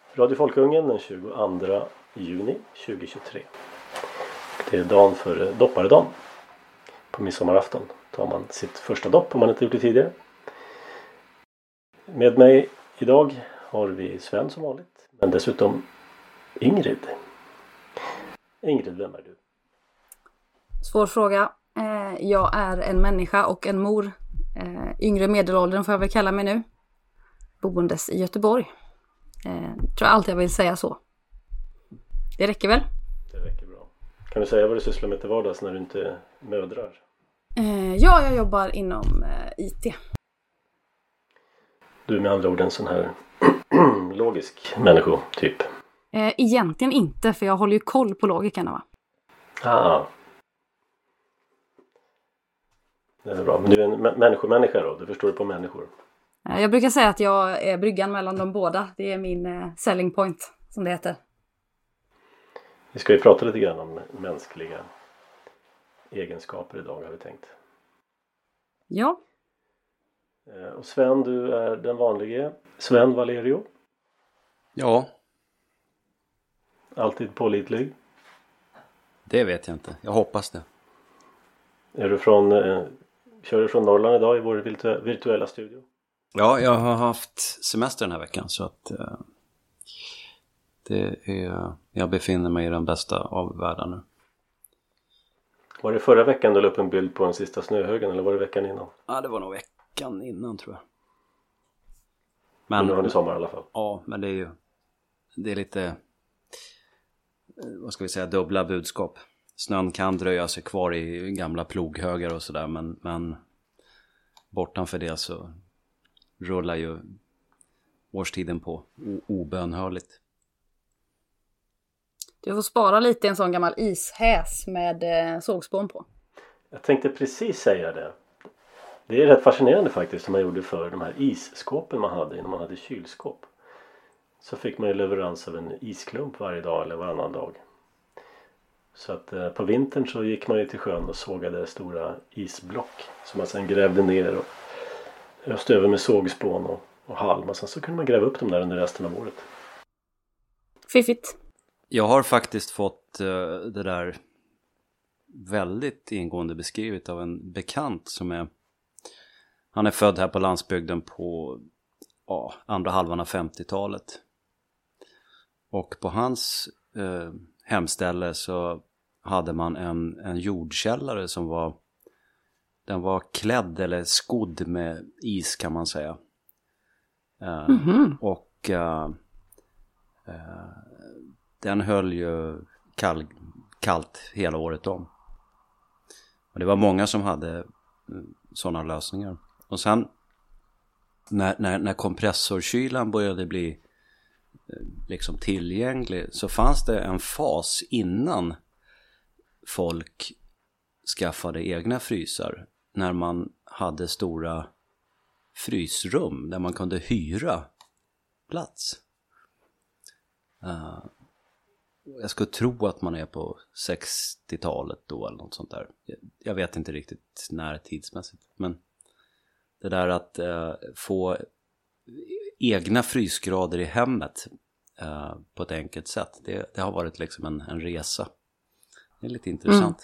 Radio Folkungen den 22 juni 2023. Det är dagen före dopparedagen. På midsommarafton tar man sitt första dopp om man inte gjort det tidigare. Med mig idag har vi Sven som vanligt. Men dessutom Ingrid. Ingrid, vem är du? Svår fråga. Jag är en människa och en mor. Yngre medelåldern får jag väl kalla mig nu. Boendes i Göteborg. Tror jag alltid jag vill säga så. Det räcker väl? Det räcker bra. Kan du säga vad du sysslar med till vardags när du inte mödrar? Ja, jag jobbar inom IT. Du är med andra ord en sån här logisk människotyp. Egentligen inte, för jag håller ju koll på logikerna, va? Det är bra. Men du är en människa då? Du förstår det på människor. Jag brukar säga att jag är bryggan mellan de båda. Det är min selling point, som det heter. Vi ska ju prata lite grann om mänskliga egenskaper idag, har vi tänkt. Ja. Och Sven, du är den vanlige Sven Valerio. Ja. Alltid pålitlig. Det vet jag inte. Jag hoppas det. Är du kör du från Norrland idag i vår virtuella studio? Ja, jag har haft semester den här veckan så att jag befinner mig i den bästa av världen nu. Var det förra veckan du la upp en bild på den sista snöhögen eller var det veckan innan? Ja, det var nog veckan innan tror jag. Men nu har ni sommar i alla fall. Ja, men det är lite, vad ska vi säga, dubbla budskap. Snön kan dröja sig kvar i gamla ploghögar och sådär, men bortanför det så rullar ju årstiden på obönhörligt. Du får spara lite en sån gammal ishäs med sågspån på. Jag tänkte precis säga det. Det är rätt fascinerande faktiskt som man gjorde för de här isskåpen man hade innan man hade kylskåp. Så fick man ju leverans av en isklump varje dag eller varannan dag. Så att på vintern så gick man ju till sjön och sågade stora isblock som man sen grävde ner och öste över med sågspån och halm. Och sen så kunde man gräva upp dem där under resten av året. Fiffigt. Jag har faktiskt fått det där väldigt ingående beskrivet av en bekant som han är född här på landsbygden på andra halvan av 50-talet. Och på hans hemställe så hade man en jordkällare som var klädd eller skodd med is kan man säga. Och den höll ju kallt hela året om. Och det var många som hade sådana lösningar. Och sen när kompressorkylan började bli liksom tillgänglig så fanns det en fas innan folk skaffade egna frysar när man hade stora frysrum där man kunde hyra plats. Jag skulle tro att man är på 60-talet då eller något sånt där. Jag vet inte riktigt när tidsmässigt, men det där att få egna frysgrader i hemmet på ett enkelt sätt, det har varit liksom en resa. Det är lite intressant.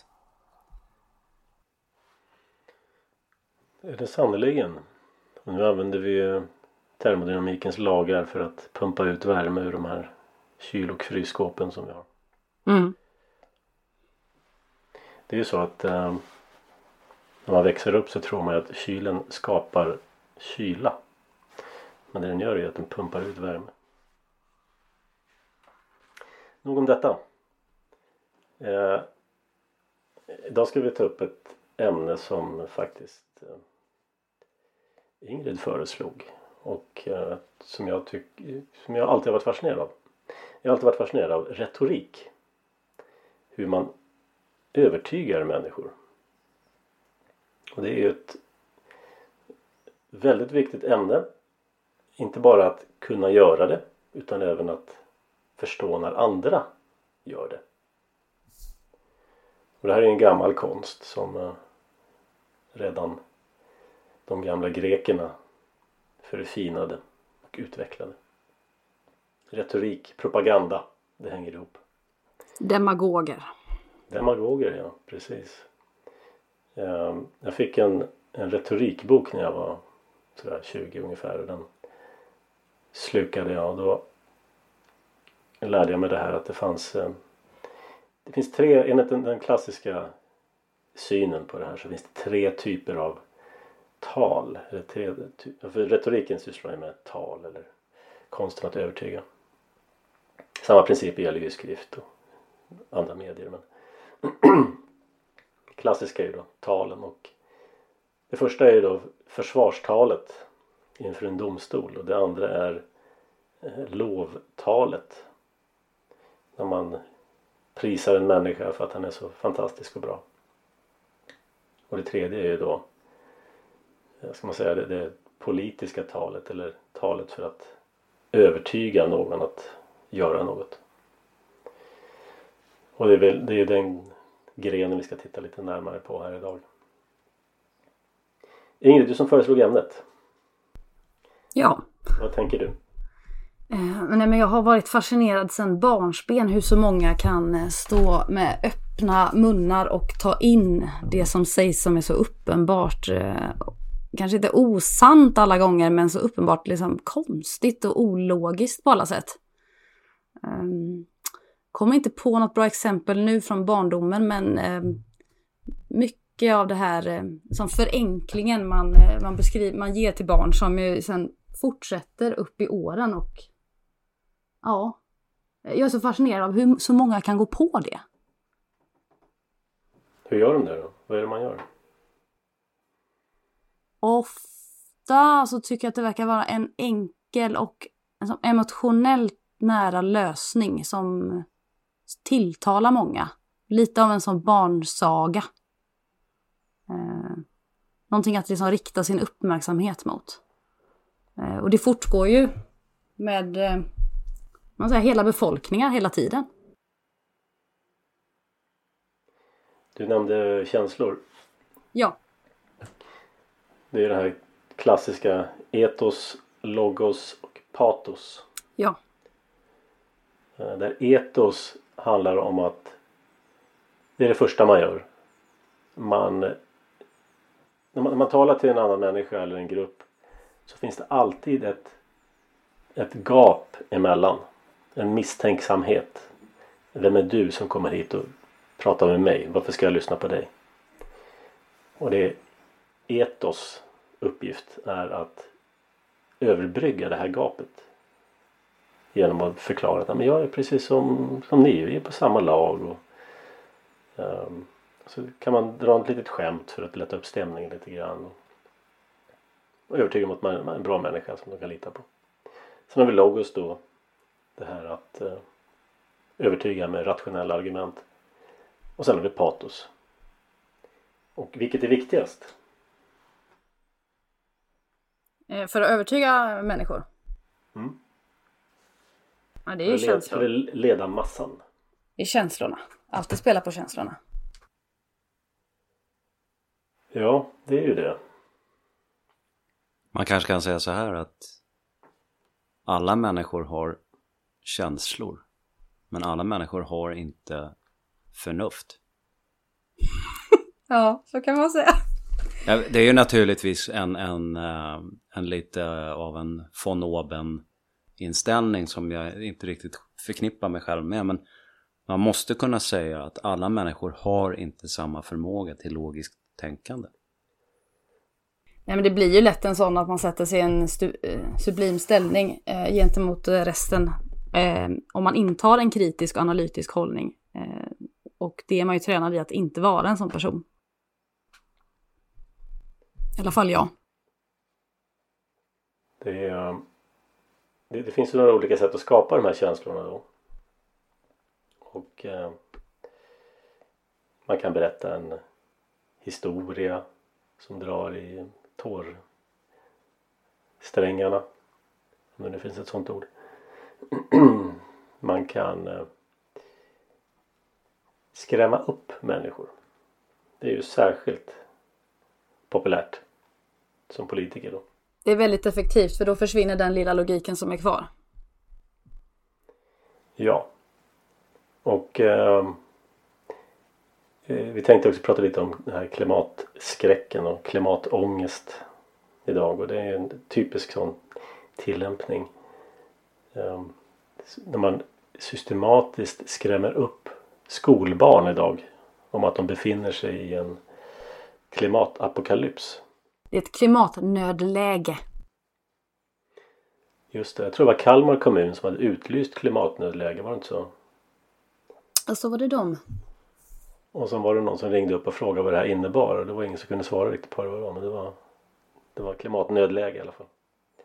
Det är det sannoliken. Och nu använder vi termodynamikens lagar för att pumpa ut värme ur de här kyl- och frysskåpen som vi har. Det är ju så att när man växer upp så tror man att kylen skapar kyla. Men det den gör är att den pumpar ut värme. Nog om detta. Idag ska vi ta upp ett ämne som faktiskt Ingrid föreslog. Och som jag alltid har varit fascinerad av. Jag har alltid varit fascinerad av retorik. Hur man övertygar människor. Och det är ju ett väldigt viktigt ämne. Inte bara att kunna göra det utan även att förstå när andra gör det. Och det här är en gammal konst som redan de gamla grekerna förfinade och utvecklade. retorik, propaganda, det hänger ihop. Demagoger. Demagoger, ja, precis. Jag fick en retorikbok när jag var sådär 20 ungefär, och den slukade jag, och då lärde jag mig det här att det finns tre, enligt den klassiska synen på det här, så finns det 3 typer av tal. För retoriken sysslar ju med tal eller konsten att övertyga. Samma princip gäller ju skrift och andra medier, men klassiska är ju då talen, och det första är ju då försvarstalet inför en domstol, och det andra är lovtalet, när man prisar en människa för att han är så fantastisk och bra. Och det tredje är ju då, ska man säga, det politiska talet, eller talet för att övertyga någon att göra något. Och det är den grenen vi ska titta lite närmare på här idag. Ingrid, du som föreslog ämnet. Ja. Vad tänker du? Men jag har varit fascinerad sedan barnsben hur så många kan stå med öppna munnar och ta in det som sägs, som är så uppenbart, kanske inte osant alla gånger, men så uppenbart liksom konstigt och ologiskt på alla sätt. Kommer inte på något bra exempel nu från barndomen, men mycket av det här som förenklingen man ger till barn, som ju sen fortsätter upp i åren, och ja, jag är så fascinerad av hur så många kan gå på det. Hur gör de det då? Vad är det man gör? Ofta så tycker jag att det verkar vara en enkel och emotionellt nära lösning som tilltalar många. Lite av en sån barnsaga. Någonting att liksom rikta sin uppmärksamhet mot. Och det fortgår ju med man säger, hela befolkningar hela tiden. Du nämnde känslor. Ja. Det är det här klassiska etos, logos och patos. Ja. Där etos handlar om att det är det första man gör. När man talar till en annan människa eller en grupp, så finns det alltid ett gap emellan. En misstänksamhet. Vem är du som kommer hit och pratar med mig? Varför ska jag lyssna på dig? Och det är etos uppgift är att överbrygga det här gapet. Genom att förklara att men jag är precis som ni. Vi är på samma lag. Och, så kan man dra ett litet skämt för att lätta upp stämningen lite grann. Och övertyga om att man är en bra människa som de kan lita på. Sen har vi logos då. Det här att övertyga med rationella argument. Och sen har vi patos. Och vilket är viktigast? För att övertyga människor? Mm. Ja, det är ju känslor. För att leda massan. Det är känslorna. Alltid spela på känslorna. Ja, det är ju det. Man kanske kan säga så här att alla människor har känslor, men alla människor har inte förnuft. Ja, så kan man säga. Ja, det är ju naturligtvis en lite av en von oben inställning som jag inte riktigt förknippar mig själv med, men man måste kunna säga att alla människor har inte samma förmåga till logiskt tänkande. Nej, men det blir ju lätt en sån att man sätter sig i en sublim ställning gentemot resten om man intar en kritisk och analytisk hållning. Och det är man ju tränad i att inte vara en sån person. I alla fall jag. Det finns ju några olika sätt att skapa de här känslorna då. Och man kan berätta en historia som drar i tårsträngarna. Men det finns ett sånt ord. Man kan skrämma upp människor. Det är ju särskilt populärt som politiker då. Det är väldigt effektivt, för då försvinner den lilla logiken som är kvar. Ja. Och vi tänkte också prata lite om den här klimatskräcken och klimatångest idag. Och det är en typisk sån tillämpning. När man systematiskt skrämmer upp skolbarn idag om att de befinner sig i en klimatapokalyps. Det är ett klimatnödläge. Just det, jag tror det var Kalmar kommun som hade utlyst klimatnödläge, var det inte så? Och så var det dem. Och så var det någon som ringde upp och frågade vad det här innebar. Och det var ingen som kunde svara riktigt på det var. Men det var klimatnödläge i alla fall.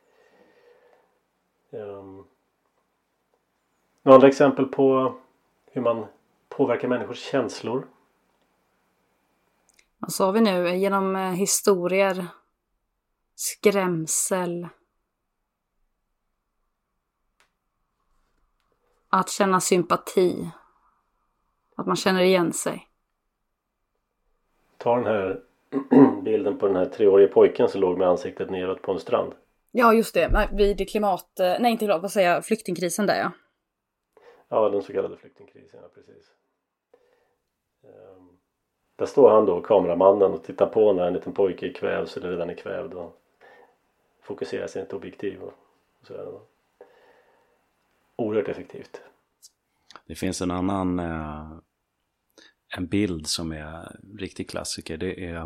Några andra exempel på hur man påverkar människors känslor. Vad sa vi nu? Genom historier, skrämsel, att känna sympati, att man känner igen sig. Ta den här bilden på den här 3-årige pojken som låg med ansiktet neråt på en strand. Ja, just det. Vid flyktingkrisen där, ja. Ja, den så kallade flyktingkrisen, ja, precis. Där står han då, kameramannen, och tittar på när en liten pojke är kvävs eller redan är kvävd och fokuserar sig i ett objektiv och sådär. Oerhört effektivt. Det finns en annan en bild som är riktig klassiker. Det är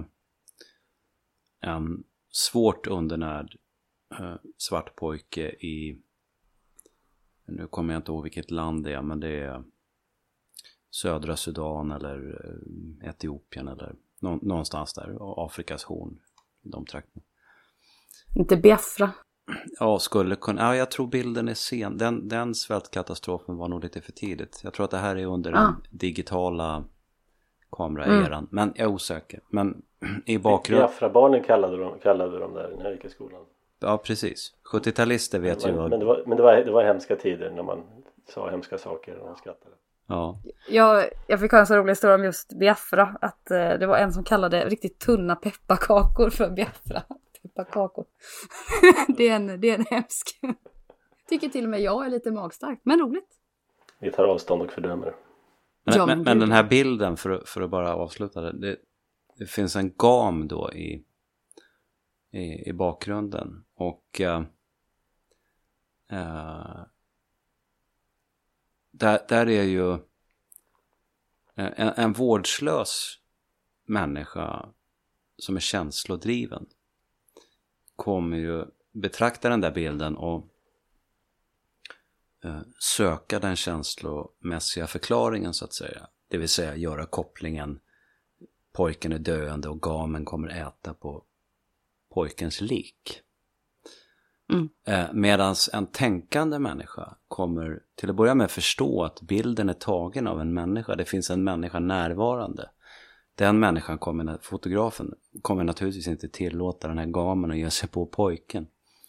en svårt undernärd svart pojke i, nu kommer jag inte ihåg vilket land det är, men det är södra Sudan eller Etiopien eller någonstans där, Afrikas horn, de trakterna. Inte Biafra. Ja, skulle kunna. Ja, jag tror bilden är sen. Den svältkatastrofen var nog lite för tidigt. Jag tror att det här är under den digitala kameraeran. Men jag är osäker. Men i bakgrunden... Biafra-barnen kallade de där i den här skolan. Ja, precis. 70-talister vet ju vad... Men det var hemska tider när man sa hemska saker och man skrattade. Ja. Jag fick höra en så rolig historia om just Biafra. Att det var en som kallade riktigt tunna pepparkakor för Biafra. Pepparkakor. det är en hemsk. Tycker till och med jag är lite magstark. Men roligt. Vi tar avstånd och fördömer. Men den här bilden, för att bara avsluta det finns en gam då i bakgrunden. Och där är ju en vårdslös människa som är känslodriven kommer ju betrakta den där bilden och söka den känslomässiga förklaringen så att säga. Det vill säga göra kopplingen pojken är döende och gamen kommer äta på pojkens lik. Medan en tänkande människa kommer till att börja med förstå att bilden är tagen av en människa. Det finns en människa närvarande. Den människan fotografen kommer naturligtvis inte tillåta den här gamen att ge sig på pojken.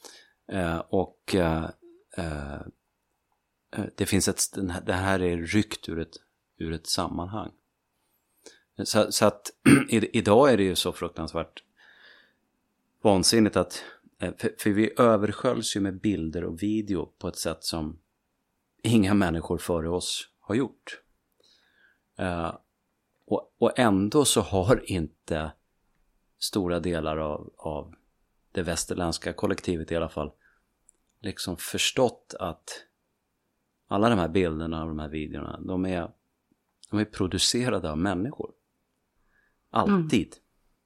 Det finns det här är ryckt ur ett sammanhang. Så att idag är det ju så fruktansvärt vansinnigt att för vi översköljs ju med bilder och video på ett sätt som inga människor före oss har gjort. Och ändå så har inte stora delar av det västerländska kollektivet i alla fall liksom förstått att alla de här bilderna och de här videorna, de är producerade av människor. Alltid.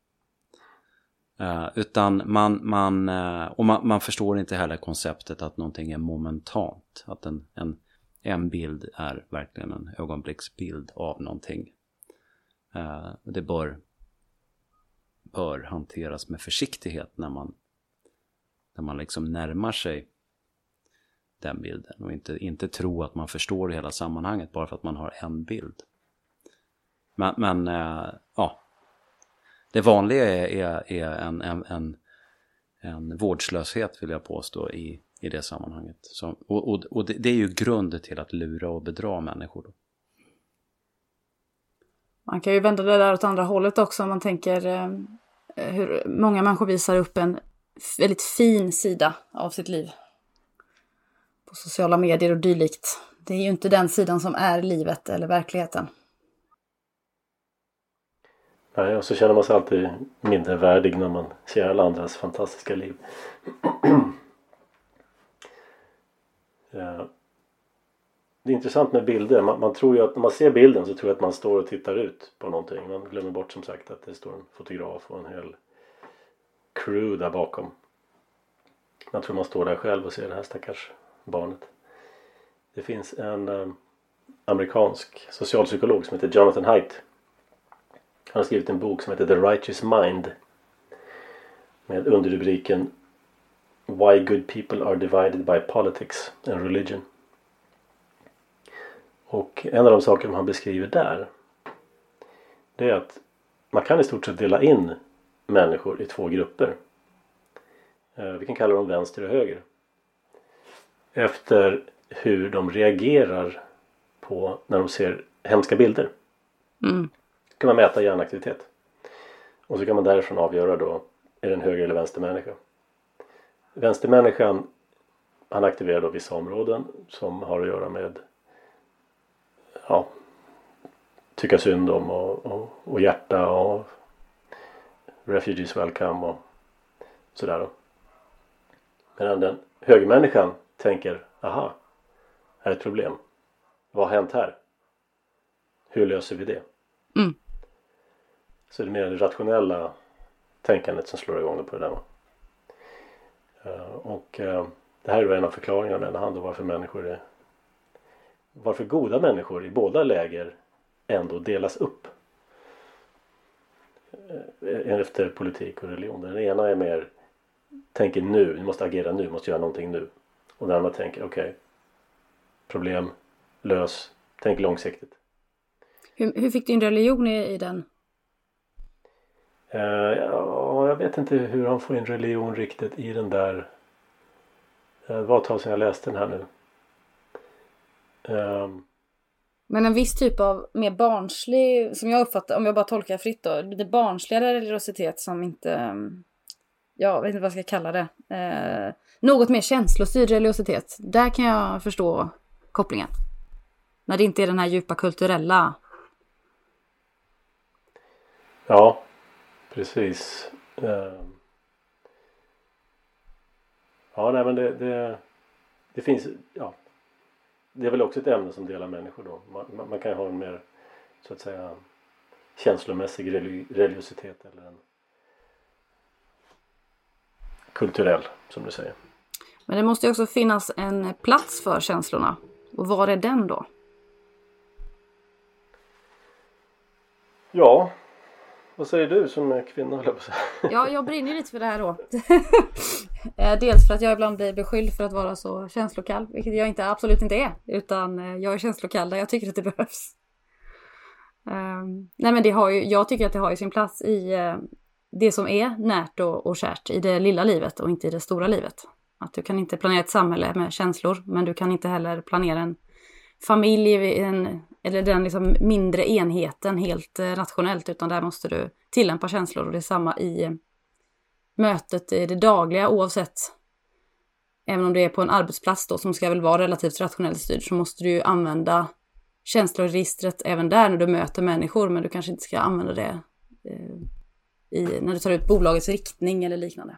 Utan man förstår inte heller konceptet att någonting är momentant. Att en bild är verkligen en ögonblicksbild av någonting. Det bör hanteras med försiktighet när man liksom närmar sig den bilden. Och inte tro att man förstår hela sammanhanget bara för att man har en bild. Men det vanliga är en vårdslöshet vill jag påstå i det sammanhanget. Och det är ju grunden till att lura och bedra människor då. Man kan ju vända det där åt andra hållet också om man tänker hur många människor visar upp en väldigt fin sida av sitt liv på sociala medier och dylikt. det är ju inte den sidan som är livet eller verkligheten. Nej, och så känner man sig alltid mindre värdig när man ser alla andras fantastiska liv. Ja. Det är intressant med bilder. Man tror ju att när man ser bilden så tror jag att man står och tittar ut på någonting. Man glömmer bort som sagt att det står en fotograf och en hel crew där bakom. Man tror man står där själv och ser det här stackars barnet. Det finns en amerikansk socialpsykolog som heter Jonathan Haidt. Han har skrivit en bok som heter The Righteous Mind. Med underrubriken Why Good People Are Divided by Politics and Religion. Och en av de saker han beskriver där, det är att man kan i stort sett dela in människor i två grupper. Vi kan kalla dem vänster och höger. Efter hur de reagerar på när de ser hemska bilder. Kan man mäta hjärnaktivitet. Och så kan man därifrån avgöra då, är det en höger eller vänster människa. Vänstermänniskan, han aktiverar då vissa områden som har att göra med tycka synd om och hjärta och refugees welcome och sådär då. Medan den högermänniskan tänker, aha, här är ett problem. Vad har hänt här? Hur löser vi det? Så det är mer det rationella tänkandet som slår igång på det där. Det här är en av förklaringarna varför goda människor i båda läger ändå delas upp efter politik och religion. Den ena är mer tänker nu, vi måste agera nu, vi måste göra någonting nu. Och den andra tänker okej, problem, lös, tänk långsiktigt. Hur fick din religion i den? Jag vet inte hur han får in religion riktigt i den där. Det var ett tag sedan jag läste den här nu. Men en viss typ av mer barnslig, som jag uppfattar, om jag bara tolkar fritt då, det barnsligare religiositet som inte, jag vet inte vad jag ska kalla det, något mer känslostyrd religiositet. Där kan jag förstå kopplingen. När det inte är den här djupa kulturella. Ja, precis. Ja, nej men det finns, ja. Det är väl också ett ämne som delar människor då. Man kan ju ha en mer, så att säga, känslomässig religiositet eller en kulturell, som du säger. Men det måste ju också finnas en plats för känslorna. Och var är den då? Ja, vad säger du som är kvinna, eller vad säger? Ja, jag brinner lite för det här då. Dels för att jag ibland blir beskylld för att vara så känslokall, vilket jag absolut inte är, utan jag är känslokall där jag tycker att det behövs. Nej, men jag tycker att det har ju sin plats i det som är närt och kärt i det lilla livet och inte i det stora livet. Att du kan inte planera ett samhälle med känslor, men du kan inte heller planera en familj eller den liksom mindre enheten helt rationellt, utan där måste du tillämpa känslor, och det är samma i mötet i det dagliga, oavsett, även om det är på en arbetsplats då som ska väl vara relativt rationellt styrd, så måste du ju använda känsloregistret även där när du möter människor, men du kanske inte ska använda det när du tar ut bolagets riktning eller liknande.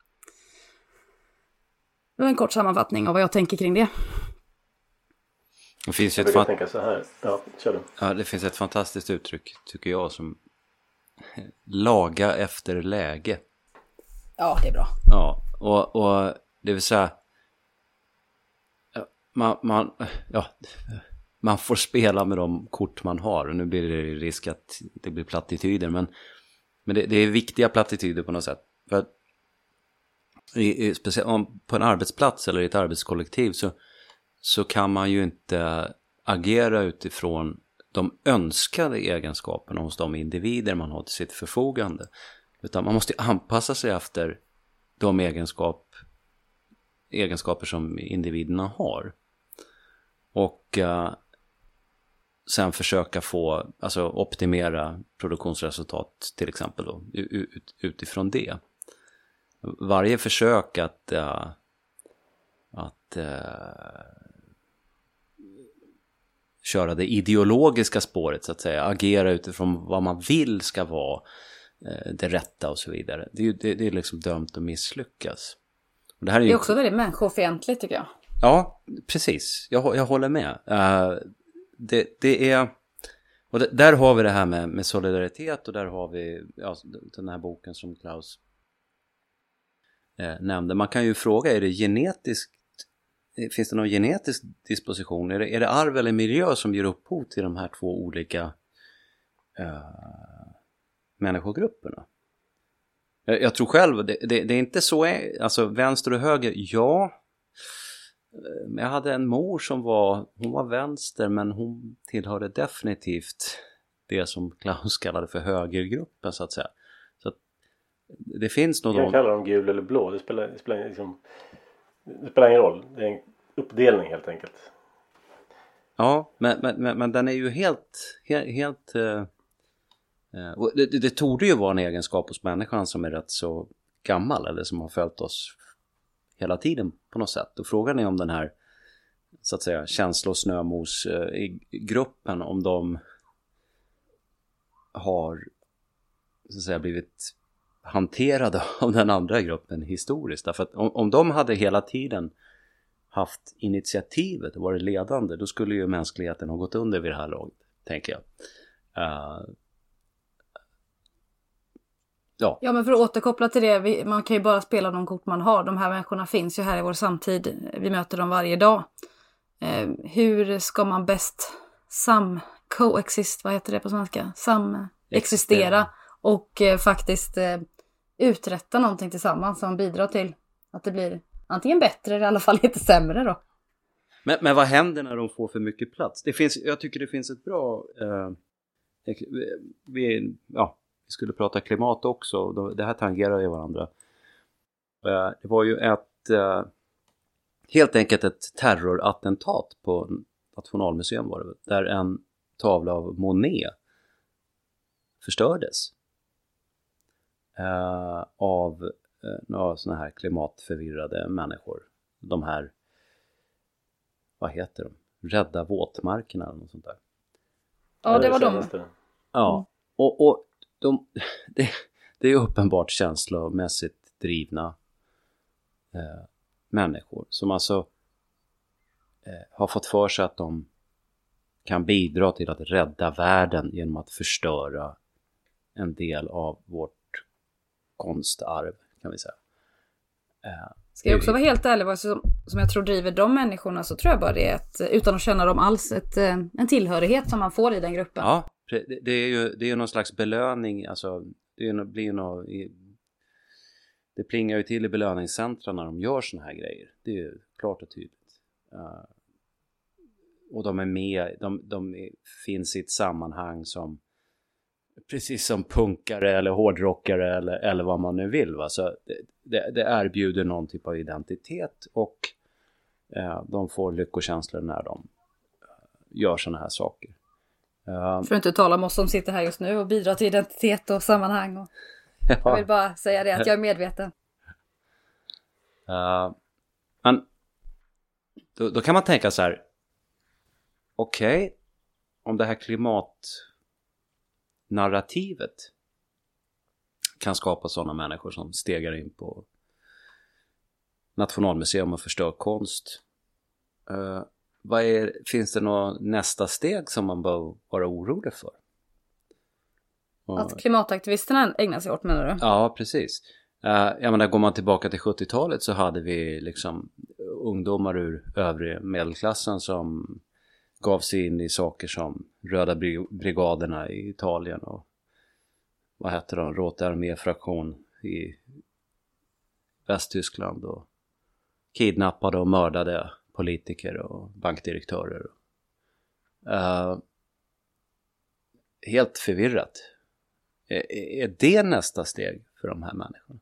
Det var en kort sammanfattning av vad jag tänker kring det. Det finns jag tänka så här. Ja, kör du. Ja, det finns ett fantastiskt uttryck, tycker jag, som laga efter läge. Ja, det är bra. Ja, och det vill säga man får spela med de kort man har, och nu blir det risk att det blir plattityder, men det är viktiga plattityder på något sätt. För att speciellt på en arbetsplats eller i ett arbetskollektiv så kan man ju inte agera utifrån de önskade egenskaperna hos de individer man har till sitt förfogande. Utan man måste anpassa sig efter de egenskaper som individerna har. Och sen försöka optimera produktionsresultat till exempel då, utifrån det. Varje försök att köra det ideologiska spåret så att säga, agera utifrån vad man vill ska vara det rätta och så vidare. Det är liksom dömt att misslyckas. Och det här är också väldigt människofientligt tycker jag. Ja, precis. Jag håller med. Det är... Och där har vi det här med solidaritet, och där har vi den här boken som Klaus nämnde. Man kan ju fråga, är det genetiskt, finns det någon genetisk disposition? Är det arv eller miljö som ger upphov till de här två olika människogrupperna? Jag tror själv, det är inte så, alltså vänster och höger, ja. Jag hade en mor som hon var vänster, men hon tillhörde definitivt det som Klaus kallade för högergruppen så att säga. Så att det finns nog... Man kallar dem gul eller blå, det spelar ingen roll. Det är en uppdelning helt enkelt. Ja, men den är ju helt och det torde ju vara en egenskap hos människan som är rätt så gammal, eller som har följt oss hela tiden på något sätt. Och frågan är om den här så att säga känslosnömos i gruppen, om de har så att säga blivit hanterade av den andra gruppen historiskt. Därför att om de hade hela tiden haft initiativet och varit ledande, då skulle ju mänskligheten ha gått under vid det här laget, tänker jag. Ja, men för att återkoppla till det, man kan ju bara spela de kort man har. De här människorna finns ju här i vår samtid. Vi möter dem varje dag. Hur ska man bäst coexist, vad heter det på svenska? Samexistera och faktiskt uträtta någonting tillsammans som bidrar till att det blir antingen bättre eller i alla fall lite sämre då. Men vad händer när de får för mycket plats? Jag tycker det finns ett bra... vi skulle prata klimat också. Det här tangerar ju varandra. Det var ju helt enkelt ett terrorattentat på Nationalmuseum var det, där en tavla av Monet förstördes av några såna här klimatförvirrade människor. De här, vad heter de? Rädda våtmarkerna eller något sånt där. Ja, det var de. Ja, och det är uppenbart känslomässigt drivna människor som alltså har fått för sig att de kan bidra till att rädda världen genom att förstöra en del av vårt konstarv, kan vi säga. Ska jag också vara helt ärlig, vad som jag tror driver de människorna, så tror jag bara det är utan att känna dem alls, en tillhörighet som man får i den gruppen. Ja, det är ju någon slags belöning, alltså det plingar ju till i belöningscentra när de gör såna här grejer. Det är ju klart och tydligt. Och de är med, de finns i ett sammanhang som precis som punkare eller hårdrockare eller vad man nu vill, va? Så det erbjuder någon typ av identitet, och de får lyckokänslor när de gör såna här saker. För att inte tala om oss som sitter här just nu och bidrar till identitet och sammanhang. Och jag vill bara säga det, att jag är medveten. Men då kan man tänka så här: okej, om det här klimatnarrativet kan skapa sådana människor som stegar in på Nationalmuseum och förstör konst, finns det något nästa steg som man bör vara orolig för? Att klimataktivisterna ägnar sig åt, menar du? Ja, precis. Jag menar, går man tillbaka till 70-talet så hade vi liksom ungdomar ur övre medelklassen som gav sig in i saker som Röda brigaderna i Italien och vad heter de? Rote arméfraktion i Västtyskland, och kidnappade och mördade politiker och bankdirektörer. Helt förvirrat. Är det nästa steg för de här människorna?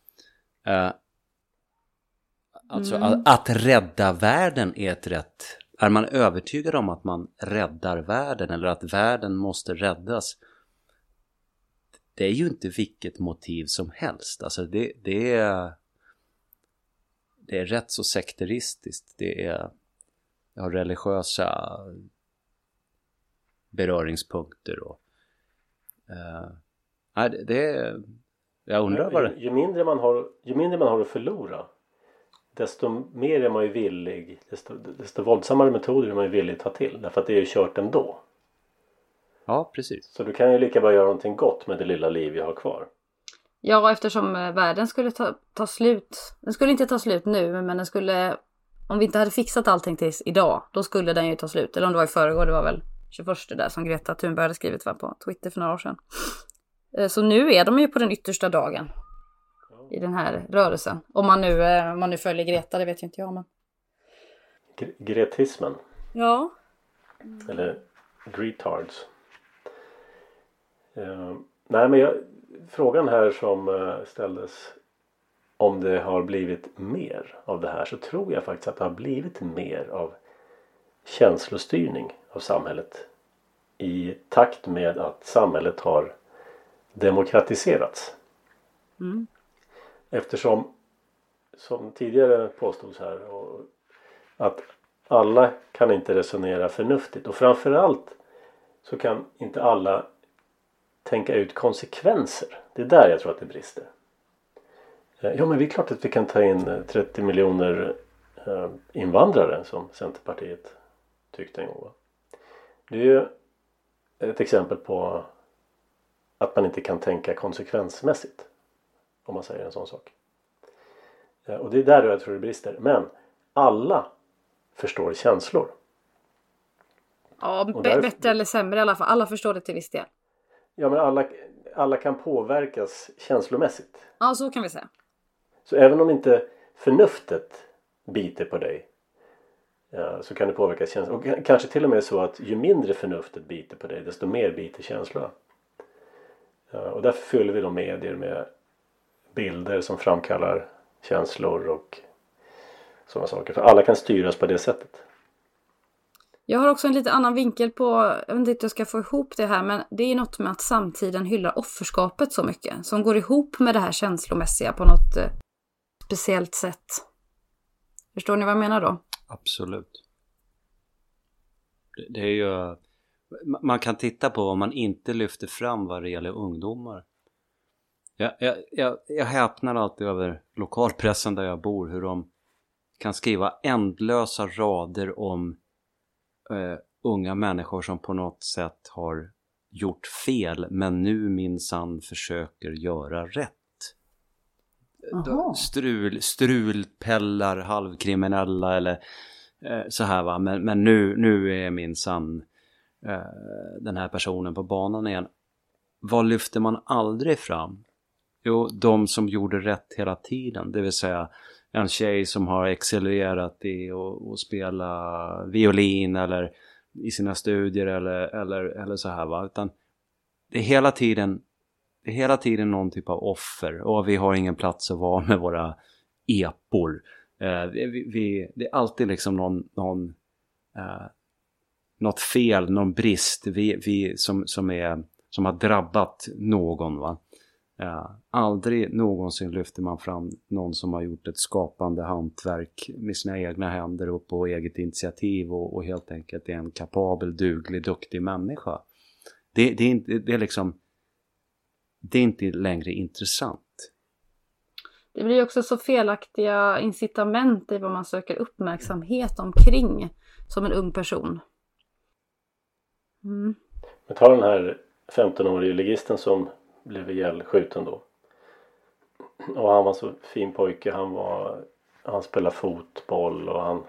Alltså att rädda världen är ett rätt... Är man övertygad om att man räddar världen, eller att världen måste räddas? Det är ju inte vilket motiv som helst. Alltså det är rätt så sekteristiskt. Det har religiösa beröringspunkter. Och, jag undrar vad det... Ju mindre man har att förlora, desto mer är man ju villig, desto våldsammare metoder är man ju villig att ta till. Därför att det är ju kört ändå. Ja, precis. Så du kan ju lika bra göra någonting gott med det lilla liv jag har kvar. Ja, eftersom världen skulle ta slut. Den skulle inte ta slut nu, men den skulle... Om vi inte hade fixat allting tills idag, då skulle den ju ta slut. Eller om det var i förrgår, det var väl 21 där som Greta Thunberg hade skrivit på Twitter för några år sedan. Så nu är de ju på den yttersta dagen i den här rörelsen. Om man nu följer Greta, det vet ju inte jag. Men... Gretismen. Ja. Eller Gretards. Nej, men frågan här som ställdes, om det har blivit mer av det här, så tror jag faktiskt att det har blivit mer av känslostyrning av samhället i takt med att samhället har demokratiserats. Mm. Eftersom, som tidigare påstods här, att alla kan inte resonera förnuftigt, och framförallt så kan inte alla tänka ut konsekvenser. Det är där jag tror att det brister. Ja, men det är klart att vi kan ta in 30 miljoner invandrare, som Centerpartiet tyckte en gång. Det är ju ett exempel på att man inte kan tänka konsekvensmässigt, om man säger en sån sak. Och det är där jag tror det brister. Men alla förstår känslor. Ja, bättre eller sämre i alla fall. Alla förstår det till viss del. Ja, men alla kan påverkas känslomässigt. Ja, så kan vi säga. Så även om inte förnuftet biter på dig, så kan det påverka känslor. Och kanske till och med så att ju mindre förnuftet biter på dig, desto mer biter känslorna. Och därför fyller vi de medier med bilder som framkallar känslor och sådana saker. För alla kan styras på det sättet. Jag har också en lite annan vinkel på, jag vet inte hur jag ska få ihop det här, men det är något med att samtiden hyllar offerskapet så mycket. Som går ihop med det här känslomässiga på något speciellt sätt. Förstår ni vad jag menar då? Absolut. Det är ju... Man kan titta på om man inte lyfter fram vad det gäller ungdomar. Jag häpnar alltid över lokalpressen där jag bor, hur de kan skriva ändlösa rader om unga människor som på något sätt har gjort fel men nu minsann försöker göra rätt. Strulpellar, halvkriminella eller så här, va. Men nu är minsann den här personen på banan igen. Vad lyfter man aldrig fram? Jo, de som gjorde rätt hela tiden. Det vill säga en tjej som har excellerat i att spela violin eller i sina studier eller så här, va. Utan det är hela tiden någon typ av offer. Och vi har ingen plats att vara med våra epor. Det är alltid liksom något fel, någon brist som har drabbat någon, va. Aldrig någonsin lyfter man fram någon som har gjort ett skapande hantverk med sina egna händer och på eget initiativ och helt enkelt är en kapabel, duglig, duktig människa. Det är inte längre intressant. Det blir också så felaktiga incitament i vad man söker uppmärksamhet omkring som en ung person. Mm. Men ta den här 15-årige ligisten som blev ihjälskjuten då. Och han var så fin pojke. Han spelade fotboll och han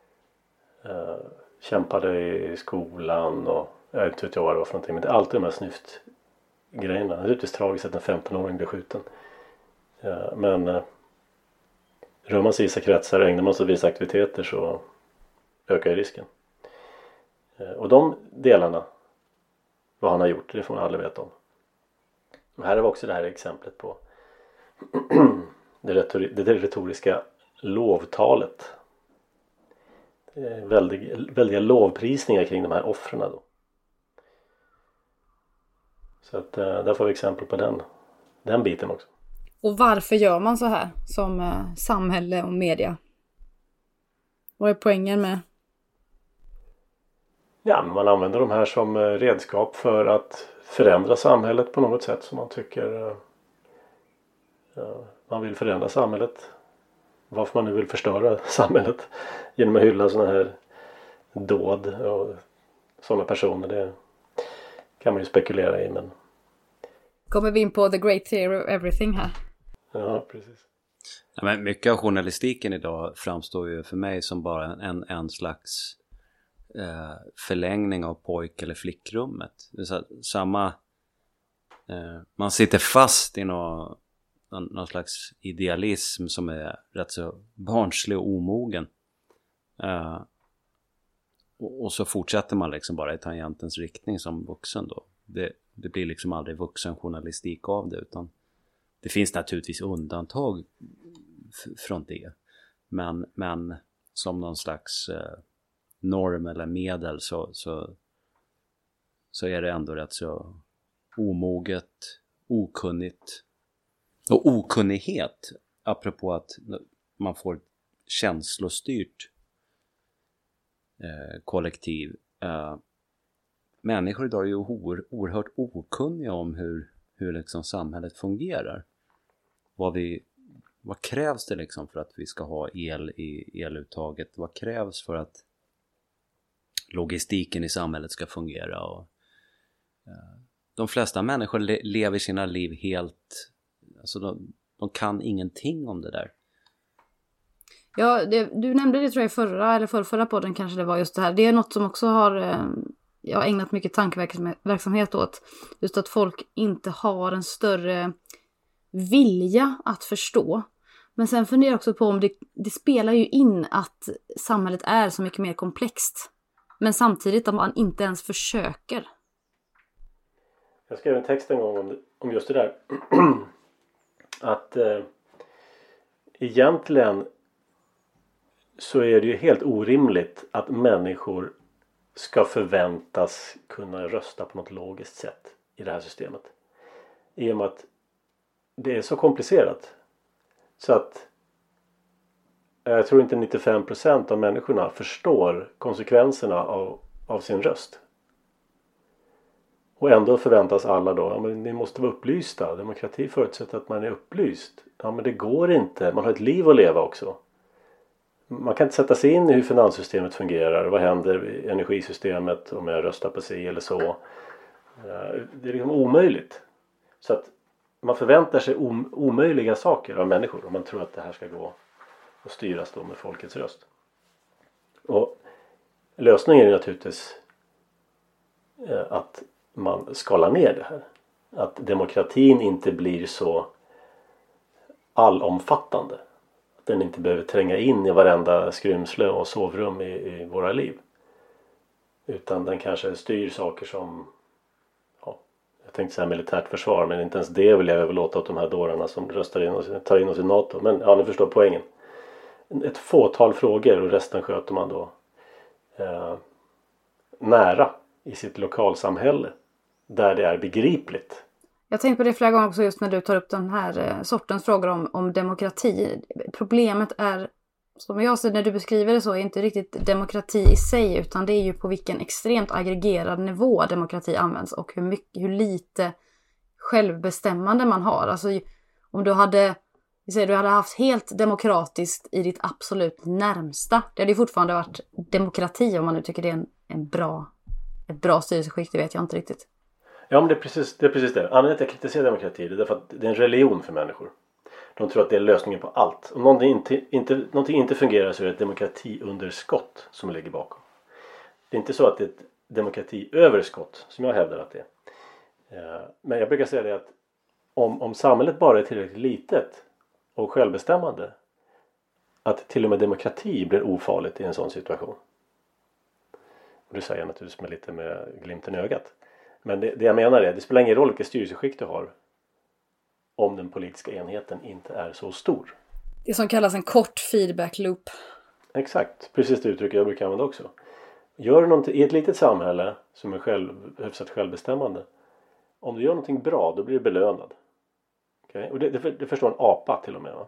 kämpade i skolan och jag vet inte vad det var för någonting. Men det är alltid de här snyftgrejerna. Det är naturligtvis tragiskt att en 15-åring blir skjuten. Men rör man sig i vissa kretsar, ägnar man sig åt vissa aktiviteter, så ökar risken. Och de delarna, vad han har gjort, det får man aldrig veta om. Och här är också det här exemplet på det retoriska lovtalet. Det är väldiga lovprisningar kring de här offren då. Så att där får vi exempel på den biten också. Och varför gör man så här som samhälle och media? Vad är poängen med? Ja, men man använder de här som redskap för att förändra samhället på något sätt som man tycker man vill förändra samhället. Varför man nu vill förstöra samhället genom att hylla sådana här dåd och sådana personer, det kan man ju spekulera i, men... Kommer vi in på the great theory of everything här? Ja, precis. Ja, men mycket av journalistiken idag framstår ju för mig som bara en slags förlängning av pojk- eller flickrummet. Det är så samma... man sitter fast i någon slags idealism som är rätt så barnslig och omogen. Och så fortsätter man liksom bara i tangentens riktning som vuxen då. Det blir liksom aldrig vuxen journalistik av det, utan det finns naturligtvis undantag från det. Men som någon slags norm eller medel så är det ändå rätt så omoget, okunnigt. Och okunnighet, apropå att man får känslostyrt kollektiv. Människor idag är ju oerhört okunniga om hur liksom samhället fungerar. Vad krävs det liksom för att vi ska ha el i eluttaget? Vad krävs för att logistiken i samhället ska fungera? Och, de flesta människor lever sina liv helt... Alltså de kan ingenting om det där. Ja, du nämnde det tror jag i förra podden kanske det var just det här. Det är något som också jag har ägnat mycket tankeverksamhet åt. Just att folk inte har en större vilja att förstå. Men sen funderar jag också på om det spelar ju in att samhället är så mycket mer komplext. Men samtidigt att man inte ens försöker. Jag skrev en text en gång om just det där. Att egentligen så är det ju helt orimligt att människor ska förväntas kunna rösta på något logiskt sätt i det här systemet. I och med att det är så komplicerat. Så att jag tror inte 95% av människorna förstår konsekvenserna av sin röst. Och ändå förväntas alla då, ja, men ni måste vara upplysta. Demokrati förutsätter att man är upplyst. Ja, men det går inte. Man har ett liv att leva också. Man kan inte sätta sig in i hur finanssystemet fungerar. Vad händer i energisystemet om jag röstar på sig eller så. Det är liksom omöjligt. Så att man förväntar sig omöjliga saker av människor om man tror att det här ska gå och styras då med folkets röst. Och lösningen är naturligtvis att man skalar ner det här. Att demokratin inte blir så allomfattande. Att den inte behöver tränga in i varenda skrymsle och sovrum i våra liv. Utan den kanske styr saker som, ja, jag tänkte säga militärt försvar, men inte ens det vill jag överlåta åt de här dårarna som tar in oss i NATO. Men ja, ni förstår poängen. Ett fåtal frågor och resten sköter man då nära i sitt lokalsamhälle. Där det är begripligt. Jag tänkte på det flera gånger också just när du tar upp den här sortens frågor om demokrati. Problemet är, som jag ser när du beskriver det så, är inte riktigt demokrati i sig, utan det är ju på vilken extremt aggregerad nivå demokrati används och hur lite självbestämmande man har. Alltså om du hade haft helt demokratiskt i ditt absolut närmsta, det hade ju fortfarande varit demokrati om man nu tycker det är ett bra styrelseskick, det vet jag inte riktigt. Ja, men det är precis det. Anledningen till att jag kritiserar demokrati är därför att det är en religion för människor. De tror att det är lösningen på allt. Om någonting inte fungerar så är det ett demokratiunderskott som ligger bakom. Det är inte så att det är ett demokratiöverskott som jag hävdar att det är. Men jag brukar säga det att om samhället bara är tillräckligt litet och självbestämmande, att till och med demokrati blir ofarligt i en sån situation. Och det säger jag naturligtvis med glimten i ögat. Men det jag menar är, det spelar ingen roll vilket styrelseskick du har om den politiska enheten inte är så stor. Det som kallas en kort feedback loop. Exakt, precis det uttrycket jag brukar använda också. Gör du någonting i ett litet samhälle som är hyfsat självbestämmande. Om du gör någonting bra, då blir du belönad. Okay? Och det förstår en apa till och med. Va?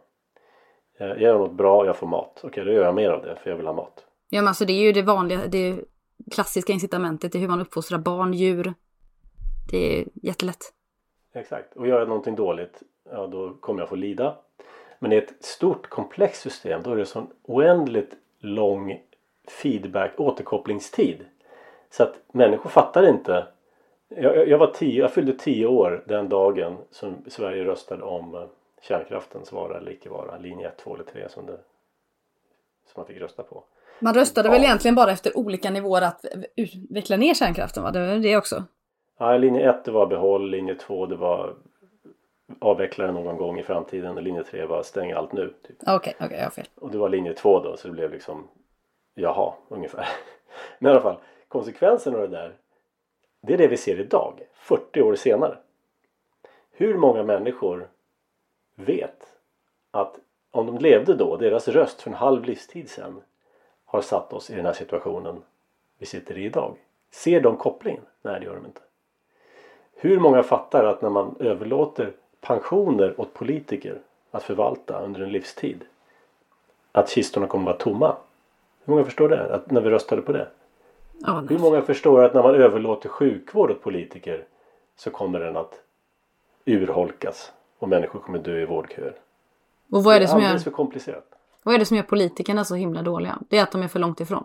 Jag gör något bra och jag får mat. Okej, då gör jag mer av det för jag vill ha mat. Ja, men alltså det är ju det vanliga. klassiska incitamentet i hur man uppfostrar barn, djur. Det är jättelätt. Exakt. Och gör jag någonting dåligt, ja då kommer jag få lida. Men i ett stort komplext system, då är det sån oändligt lång feedback, återkopplingstid. Så att människor fattar inte. Jag fyllde 10 år den dagen som Sverige röstade om kärnkraftens vara eller icke vara. Linje 1, 2 eller 3 som man fick rösta på. Man röstade väl egentligen bara efter olika nivåer att utveckla ner kärnkraften, va? Det var det också. Ja, linje 1 det var behåll, linje 2 det var avveckla den någon gång i framtiden och linje 3 var stänga allt nu. Typ. Okej, jag har fel. Och det var linje 2 då, så det blev liksom jaha, ungefär. Men i alla fall, konsekvensen av det där, det är det vi ser idag, 40 år senare. Hur många människor vet att om de levde då, deras röst för en halv livstid sedan har satt oss i den här situationen vi sitter i idag? Ser de kopplingen? Nej, det gör de inte. Hur många fattar att när man överlåter pensioner åt politiker att förvalta under en livstid, att kistorna kommer vara tomma? Hur många förstår det? Att när vi röstade på det? Hur många förstår att när man överlåter sjukvård åt politiker så kommer den att urholkas och människor kommer dö i vårdköer? Och vad är det som alldeles för komplicerat. Vad är det som gör politikerna så himla dåliga? Det är att de är för långt ifrån.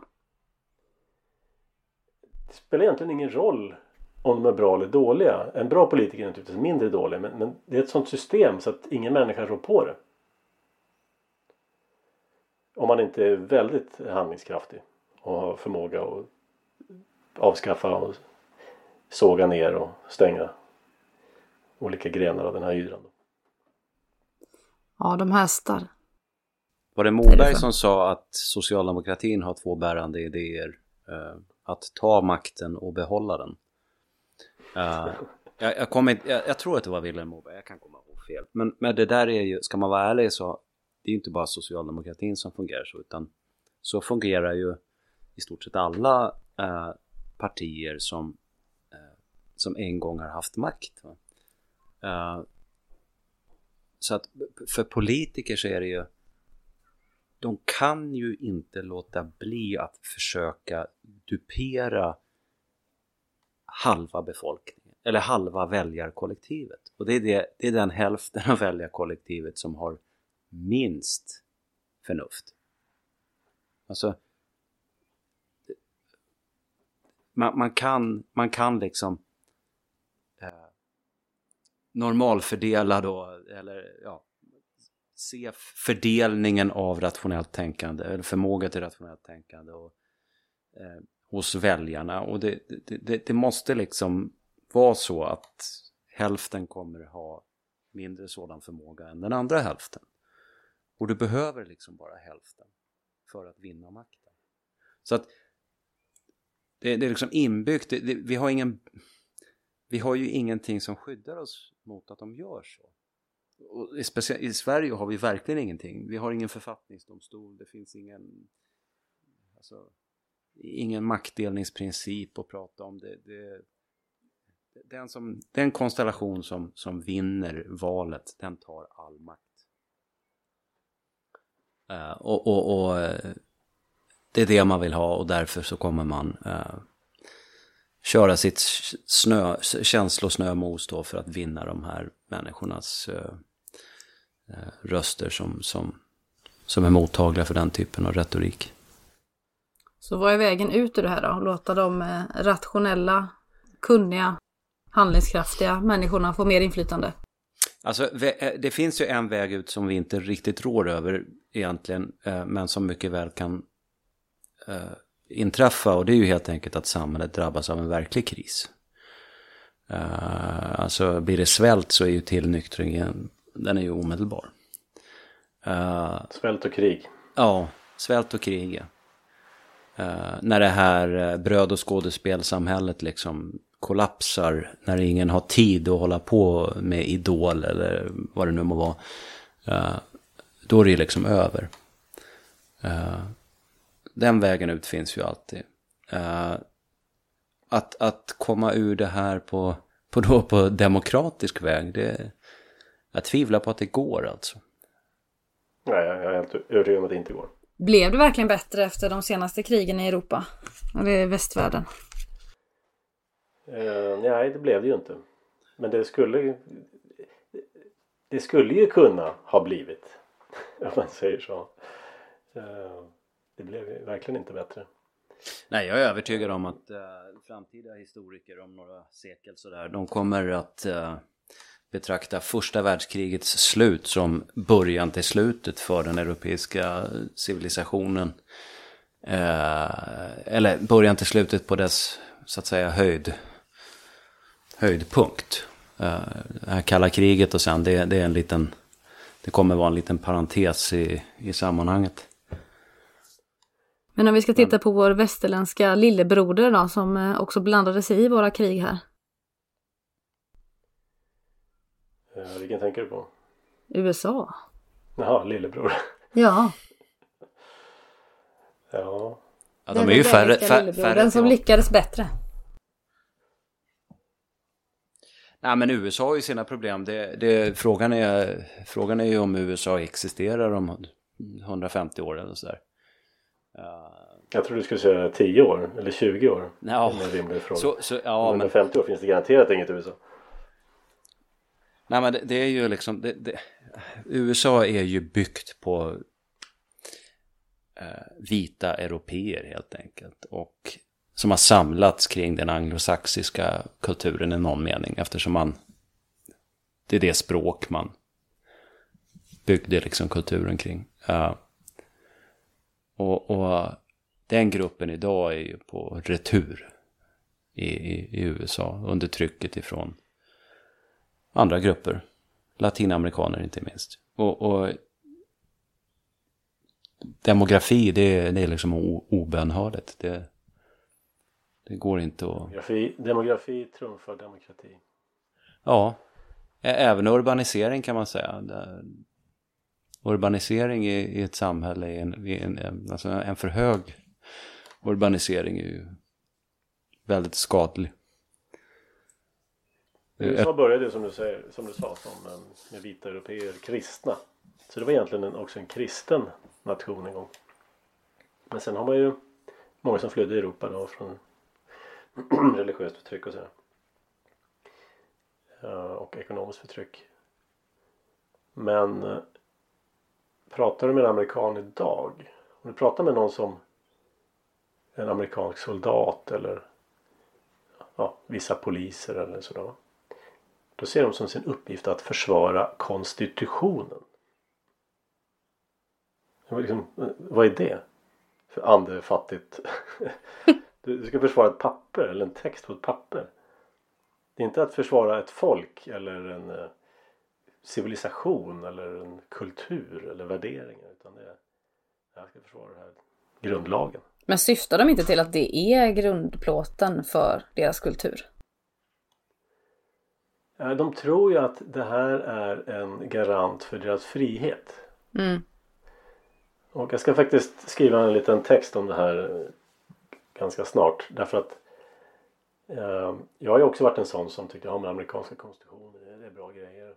Det spelar egentligen ingen roll om de är bra eller dåliga. En bra politiker är naturligtvis mindre dålig, men det är ett sånt system så att ingen människa rår på det. Om man inte är väldigt handlingskraftig och har förmåga att avskaffa och såga ner och stänga olika grenar av den här hydran. Ja, de hästar. Var det Moberg som sa att socialdemokratin har 2 bärande idéer? Att ta makten och behålla den. Jag tror att det var Vilhelm Moberg, jag kan komma ihåg fel. Men det där är ju, ska man vara ärlig så det är inte bara socialdemokratin som fungerar så, utan så fungerar ju i stort sett alla partier som en gång har haft makt. Så att för politiker så är det ju, de kan ju inte låta bli att försöka dupera halva befolkningen eller halva väljarkollektivet. Och det är den hälften av väljarkollektivet som har minst förnuft. Alltså man kan liksom normalfördela då, eller ja, se fördelningen av rationellt tänkande eller förmåga till rationellt tänkande och hos väljarna, och det måste liksom vara så att hälften kommer ha mindre sådan förmåga än den andra hälften, och du behöver liksom bara hälften för att vinna makten. Så att det är liksom inbyggt, vi har ju ingenting som skyddar oss mot att de gör så. Och i Sverige har vi verkligen ingenting. Vi har ingen författningsdomstol, det finns ingen maktdelningsprincip att prata om. Den konstellation som vinner valet, den tar all makt. Och det är det man vill ha, och därför så kommer man köra sitt känslosnömos då för att vinna de här människornas röster som är mottagliga för den typen av retorik. Så vad är vägen ut ur det här då? Låta de rationella, kunniga, handlingskraftiga människorna få mer inflytande? Alltså det finns ju en väg ut som vi inte riktigt rår över egentligen, men som mycket väl kan inträffa, och det är ju helt enkelt att samhället drabbas av en verklig kris. Alltså blir det svält så är ju tillnyktringen, den är ju omedelbar. Svält och krig. Ja, svält och krig, ja. När det här bröd- och skådespelsamhället liksom kollapsar, när ingen har tid att hålla på med Idol eller vad det nu må vara, då är det liksom över. Den vägen ut finns ju alltid. Att komma ur det här på demokratisk väg, jag tvivlar på att det går alltså. Nej, jag är helt övertygad om att det inte går. Blev det verkligen bättre efter de senaste krigen i Europa? Eller i västvärlden? Nej, det blev det ju inte. Men det skulle ju kunna ha blivit. Om man säger så. Det blev ju verkligen inte bättre. Nej, jag är övertygad om att framtida historiker om några sekel sådär, de kommer att betrakta första världskrigets slut som början till slutet för den europeiska civilisationen. Eller början till slutet på dess, så att säga, höjdpunkt. Det här kalla kriget och sen det är en liten, det kommer vara en liten parentes i sammanhanget. Men om vi ska titta på vår västerländska lillebroder då, som också blandade sig i våra krig här. Vilken tänker du på? USA. Jaha, lillebror. Ja. Ja. Ja, de är ju färre. Den som lyckades bättre. Nej, men USA har ju sina problem. Frågan är ju om USA existerar om 150 år eller sådär. Jag tror du skulle säga 10 år eller 20 år. Ja, en rimlig fråga. Ja, men 50 år finns det garanterat inget USA. Nej, men det är ju liksom USA är ju byggt på vita europeer helt enkelt, och som har samlats kring den anglosaxiska kulturen i någon mening, eftersom det är det språk man byggde liksom kulturen kring. Och den gruppen idag är ju på retur i USA under trycket ifrån andra grupper, latinamerikaner inte minst. Och demografi, det är liksom obönhörligt. Det går inte att... Demografi trumfar demokrati. Ja, även urbanisering kan man säga. Urbanisering i ett samhälle alltså en för hög urbanisering är ju väldigt skadlig. USA började som du sa med vita europeer, kristna. Så det var egentligen också en kristen nation en gång. Men sen har man ju många som flydde i Europa då från religiöst förtryck och sådär. Och ekonomiskt förtryck. Men pratar du med en amerikan idag, om du pratar med någon som en amerikansk soldat eller vissa poliser eller sådär, då ser de som sin uppgift att försvara konstitutionen. Vad är det? För andefattigt. Du ska försvara ett papper eller en text på ett papper. Det är inte att försvara ett folk eller en civilisation eller en kultur eller värderingar, utan jag ska försvara den här grundlagen. Men syftar de inte till att det är grundplåten för deras kultur? De tror ju att det här är en garant för deras frihet. Mm. Och jag ska faktiskt skriva en liten text om det här ganska snart. Därför att jag har ju också varit en sån som tyckte om den amerikanska konstitutionen. Det är bra grejer.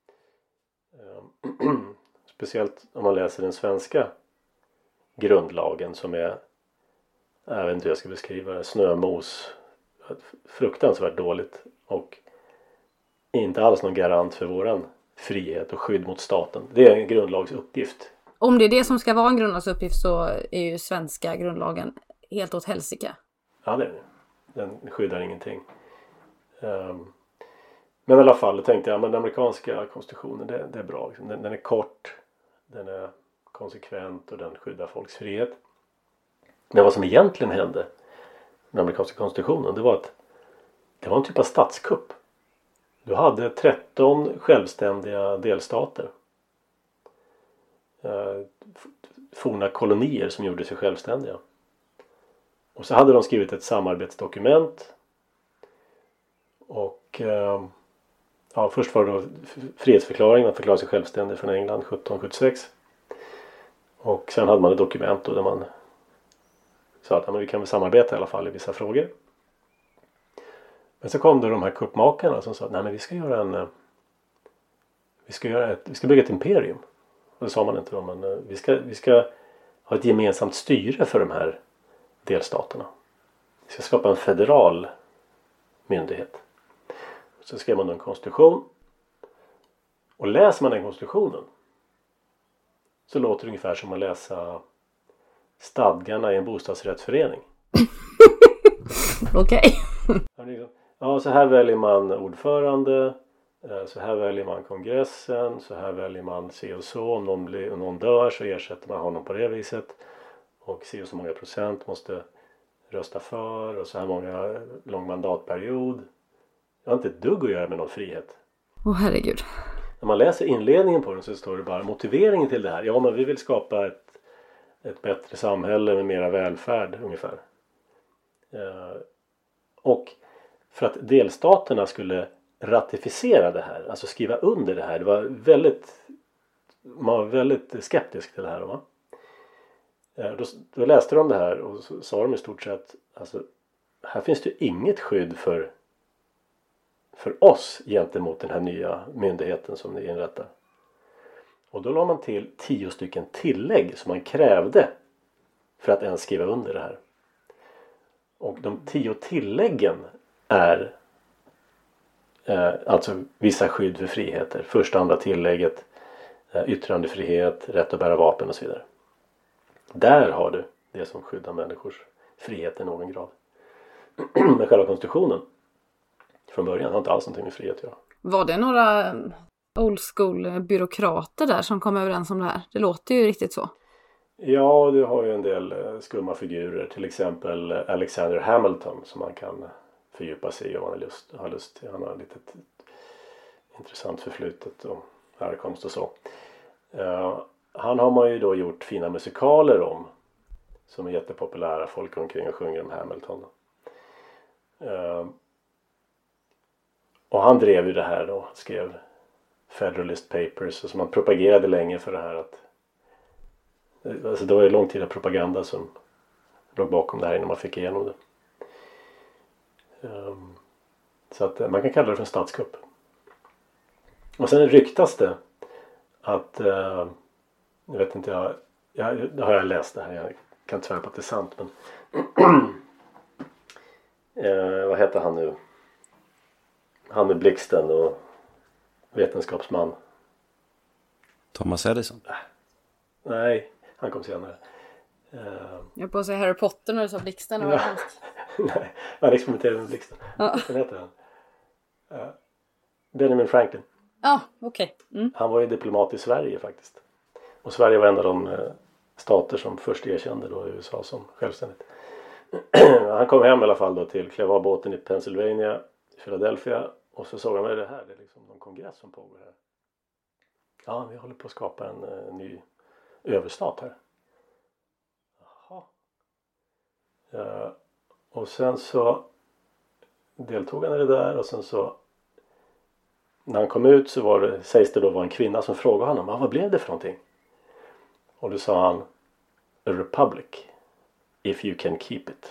Speciellt om man läser den svenska grundlagen som är, jag vet inte hur jag ska beskriva det, snömos. Fruktansvärt dåligt. Och inte alls någon garant för våran frihet och skydd mot staten. Det är en grundlagsuppgift. Om det är det som ska vara en grundlagsuppgift så är ju svenska grundlagen helt åt helsike. Ja, det är det. Den skyddar ingenting. Men i alla fall, då tänkte jag, men den amerikanska konstitutionen, det är bra. Den är kort, den är konsekvent och den skyddar folks frihet. Men vad som egentligen hände med den amerikanska konstitutionen, det var att det var en typ av statskupp. Du hade 13 självständiga delstater. Forna kolonier som gjorde sig självständiga. Och så hade de skrivit ett samarbetsdokument. Och först var det då frihetsförklaringen, att förklara sig självständig från England 1776. Och sen hade man ett dokument då där man sa att vi kan väl samarbeta i alla fall i vissa frågor. Men så kom det de här kuppmakarna som sa att vi ska bygga ett imperium. Och det sa man inte då, men vi ska ha ett gemensamt styre för de här delstaterna. Vi ska skapa en federal myndighet. Så skrev man en konstitution. Och läser man den konstitutionen så låter det ungefär som att läsa stadgarna i en bostadsrättsförening. Okej. Ja, så här väljer man ordförande. Så här väljer man kongressen. Så här väljer man se och så. Om någon dör så ersätter man honom på det viset. Och se och så många procent måste rösta för. Och så här många lång mandatperiod. Det har inte ett dugg att göra med någon frihet. Åh herregud. När man läser inledningen på den så står det bara motiveringen till det här. Ja, men vi vill skapa ett bättre samhälle med mera välfärd ungefär. Och för att delstaterna skulle ratificera det här, alltså skriva under det här. Man var väldigt skeptisk till det här. Va? Då läste de det här och så sa de i stort sett alltså, här finns det inget skydd för oss gentemot den här nya myndigheten som ni inrättar. Och då la man till 10 stycken tillägg som man krävde för att ens skriva under det här. Och de 10 tilläggen är alltså vissa skydd för friheter. Första, andra tillägget, yttrandefrihet, rätt att bära vapen och så vidare. Där har du det som skyddar människors frihet i någon grad. Men själva konstitutionen från början har inte alls någonting med frihet att göra. Var det några old school byråkrater där som kom överens om det här? Det låter ju riktigt så. Ja, du har ju en del skumma figurer. Till exempel Alexander Hamilton som man kan fördjupa sig i om man har lust. Han har lite intressant förflutet och härkomst och så. Han har man ju då gjort fina musikaler om. Som är jättepopulära. Folk omkring och sjunger om Hamilton. Och han drev ju det här då. Skrev Federalist Papers. Och så man propagerade länge för det här att alltså det var ju lång tid av propaganda som låg bakom det här innan man fick igenom det. Så att man kan kalla det för en statskupp. Och sen ryktas det att jag vet inte, det har jag läst det här. Jag kan inte svära på att det är sant. Men vad heter han nu? Han med blixten och vetenskapsman. Thomas Edison. Nej, han kom senare. Jag på att säga Harry Potter när du sa blixten. Ja. Nej, han experimenterade med blixten. Ja. Vad heter han? Benjamin Franklin. Ja, okej. Han var ju diplomat i Sverige faktiskt. Och Sverige var en av de stater som först erkände då USA som självständigt. Han kom hem i alla fall då klev av båten i Pennsylvania, i Philadelphia. Och så såg han med det här. Det är liksom någon kongress som pågår här. Ja, vi håller på att skapa en ny överstat här. Jaha. Och sen så deltog han i det där. Och sen så när han kom ut så sägs det då var en kvinna som frågade honom. Vad blev det för någonting? Och då sa han A republic if you can keep it.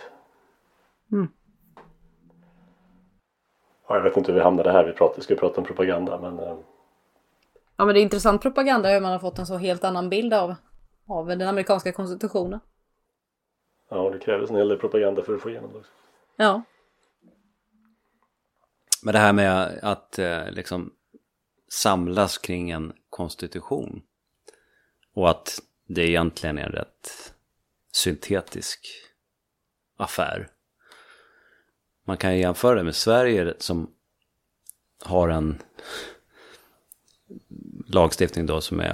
Ja, jag vet inte hur vi hamnade här. Vi ska prata om propaganda. Men ja, men det är intressant propaganda hur man har fått en så helt annan bild av den amerikanska konstitutionen. Ja, det krävdes en hel del propaganda för att få igenom det också. Ja. Men det här med att liksom samlas kring en konstitution och att det egentligen är en rätt syntetisk affär. Man kan ju jämföra det med Sverige som har en lagstiftning då som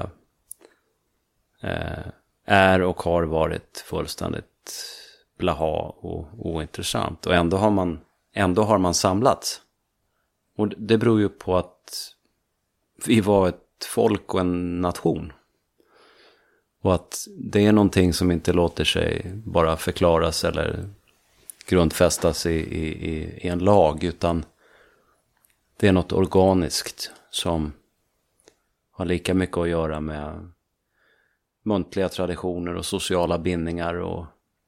är och har varit fullständigt blaha och ointressant. Och ändå har man samlats. Och det beror ju på att vi var ett folk och en nation. Och att det är någonting som inte låter sig bara förklaras eller grundfästas i en lag. Utan det är något organiskt som har lika mycket att göra med muntliga traditioner och sociala bindningar och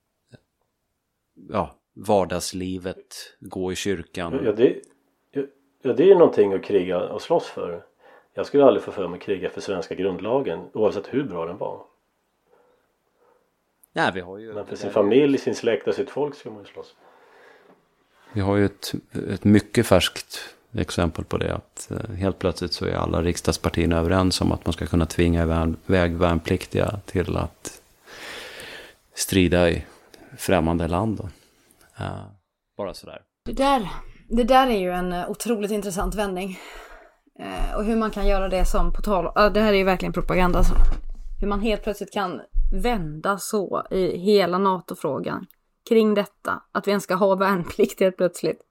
vardagslivet, gå i kyrkan. Ja, det är ju någonting att kriga och slåss för. Jag skulle aldrig få för mig att kriga för svenska grundlagen oavsett hur bra den var. Nej, vi har ju... Men för sin familj, sin släkt och sitt folk ska man ju slåss. Vi har ju ett mycket färskt exempel på det. Att helt plötsligt så är alla riksdagspartierna överens om att man ska kunna tvinga iväg värnpliktiga till att strida i främmande land. Då. Bara sådär. Det där är ju en otroligt intressant vändning. Och hur man kan göra det som på tal... det här är ju verkligen propaganda. Så. Hur man helt plötsligt kan vända så i hela NATO-frågan kring detta. Att vi ens ska ha värnplikt helt plötsligt.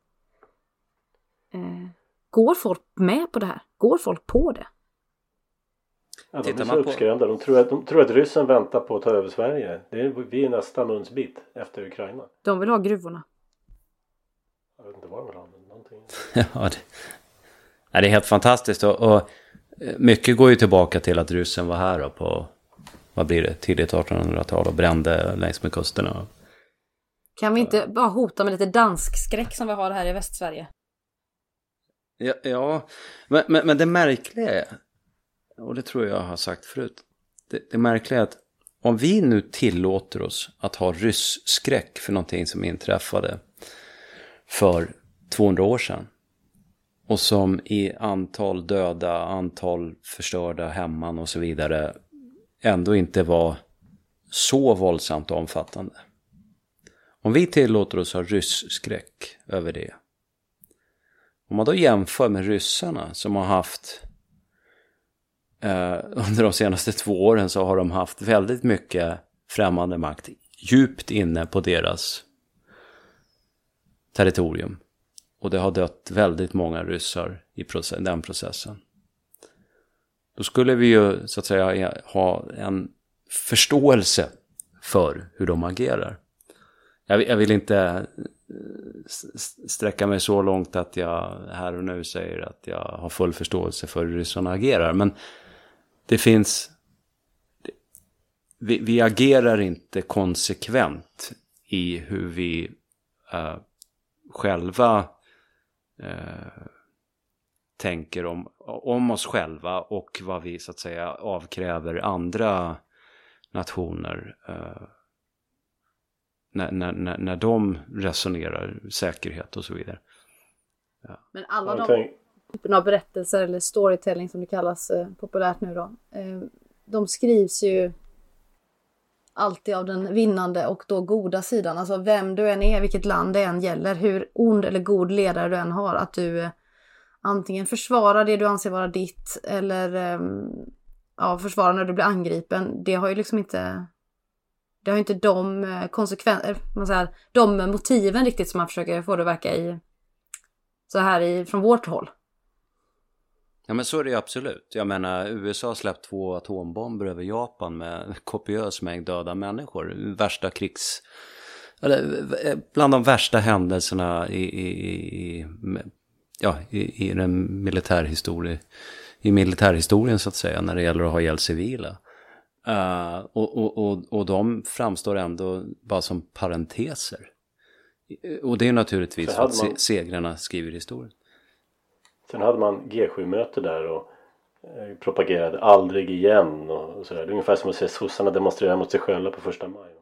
Går folk med på det här? Går folk på det? Ja, de är så uppskrämda. De tror att ryssen väntar på att ta över Sverige. Vi är nästa munsbit efter Ukraina. De vill ha gruvorna. Jag vet inte vad de vill ha, men någonting. Ja, det är helt fantastiskt. Och mycket går ju tillbaka till att ryssen var här då på, vad blir det, tidigt 1800-tal och brände längs med kusterna. Kan vi inte bara hota med lite dansk skräck som vi har här i Västsverige? Ja, men det märkliga är, och det tror jag har sagt förut, det märkliga är att om vi nu tillåter oss att ha rysskräck för någonting som inträffade för 200 år sedan och som i antal döda, antal förstörda hemman och så vidare ändå inte var så våldsamt omfattande. Om vi tillåter oss ha rysskräck över det, om man då jämför med ryssarna som har haft under de senaste 2 åren så har de haft väldigt mycket främmande makt djupt inne på deras territorium. Och det har dött väldigt många ryssar i den processen. Då skulle vi ju så att säga ha en förståelse för hur de agerar. Jag vill inte sträcka mig så långt att jag här och nu säger att jag har full förståelse för hur ryssarna agerar. Men det finns... Vi agerar inte konsekvent i hur vi själva tänker om oss själva och vad vi så att säga avkräver andra nationer när de resonerar säkerhet och så vidare. Ja. Men alla de typerna av berättelser eller storytelling som det kallas populärt nu då, de skrivs ju alltid av den vinnande och då goda sidan. Alltså vem du än är, vilket land det än gäller, hur ond eller god ledare du än har, att du antingen försvarar det du anser vara ditt eller försvarar när du blir angripen. Det har ju liksom inte... Det har inte de de motiven riktigt som man försöker få det att verka i så här från vårt håll. Ja, men så är det ju absolut. Jag menar, USA har släppt 2 atombomber över Japan med kopiös mängd döda människor. Bland de värsta händelserna i den militärhistorien så att säga, när det gäller att ha ihjäl civila. Och de framstår ändå bara som parenteser. Och det är naturligtvis för att segrarna skriver historien. Sen hade man G7-möte där och propagerade aldrig igen och sådär. Det är ungefär som att se sossarna demonstrera mot sig själva på 1 maj.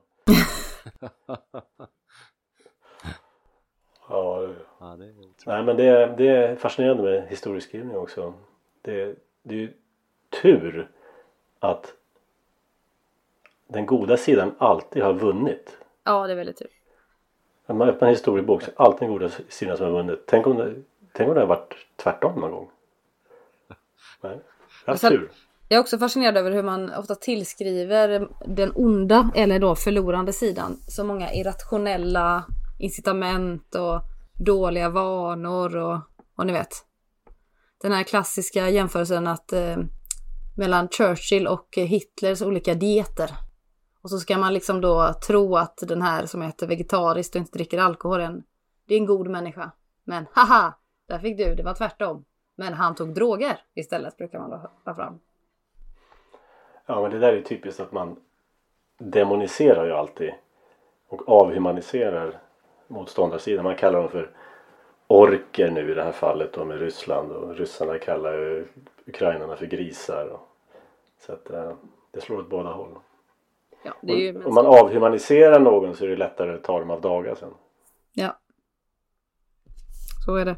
Nej, men det är fascinerande med historieskrivning också. Det är ju tur att den goda sidan alltid har vunnit. Ja, det är väldigt tur. När man öppnar en historiebok så är alltid den goda sidan som har vunnit. Tänk om det har varit tvärtom någon gång. Nej, det är tur. Jag är också fascinerad över hur man ofta tillskriver den onda eller då förlorande sidan så många irrationella incitament och dåliga vanor och ni vet. Den här klassiska jämförelsen att mellan Churchill och Hitlers olika dieter. Och så ska man liksom då tro att den här som äter vegetariskt och inte dricker alkohol det är en god människa. Men haha, där fick du, det var tvärtom. Men han tog droger istället, brukar man då ta fram. Ja, men det där är typiskt att man demoniserar ju alltid och avhumaniserar motståndarsidan. Man kallar dem för orker nu i det här fallet då med Ryssland, och ryssarna kallar ukrainarna för grisar. Så att det slår åt båda håll. Ja, det är ju om man avhumaniserar någon så är det lättare att ta dem av dagar sen. Ja. Så är det.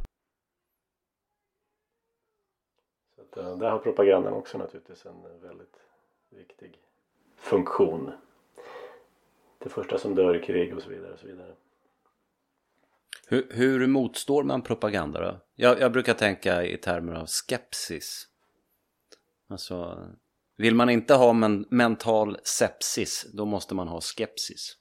Så att, där har propagandan också naturligtvis en väldigt viktig funktion. Det första som dör i krig och så vidare och så vidare. Hur motstår man propaganda då? Jag brukar tänka i termer av skepsis. Alltså, vill man inte ha mental sepsis, då måste man ha skepsis.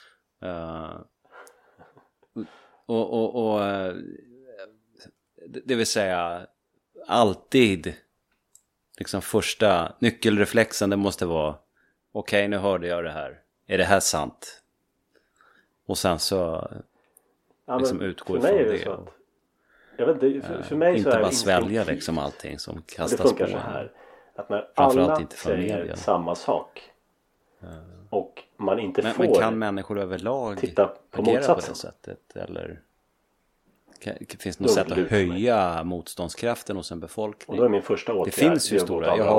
Det vill säga alltid liksom första nyckelreflexen, det måste vara okej, nu hörde jag det här. Är det här sant? Och sen så liksom utgå ifrån det. Och, jag vet inte, för mig inte så är bara det svälja liksom allting som kastas det funkar på. Så här, att när Framförallt alla inte från säger media. samma sak och man inte får men kan människor överlag titta på agera motsatsen på det sättet? Eller finns det något sätt att höja motståndskraften hos en befolkning? Och då är min första åtgärd. Det finns ju stora. Jag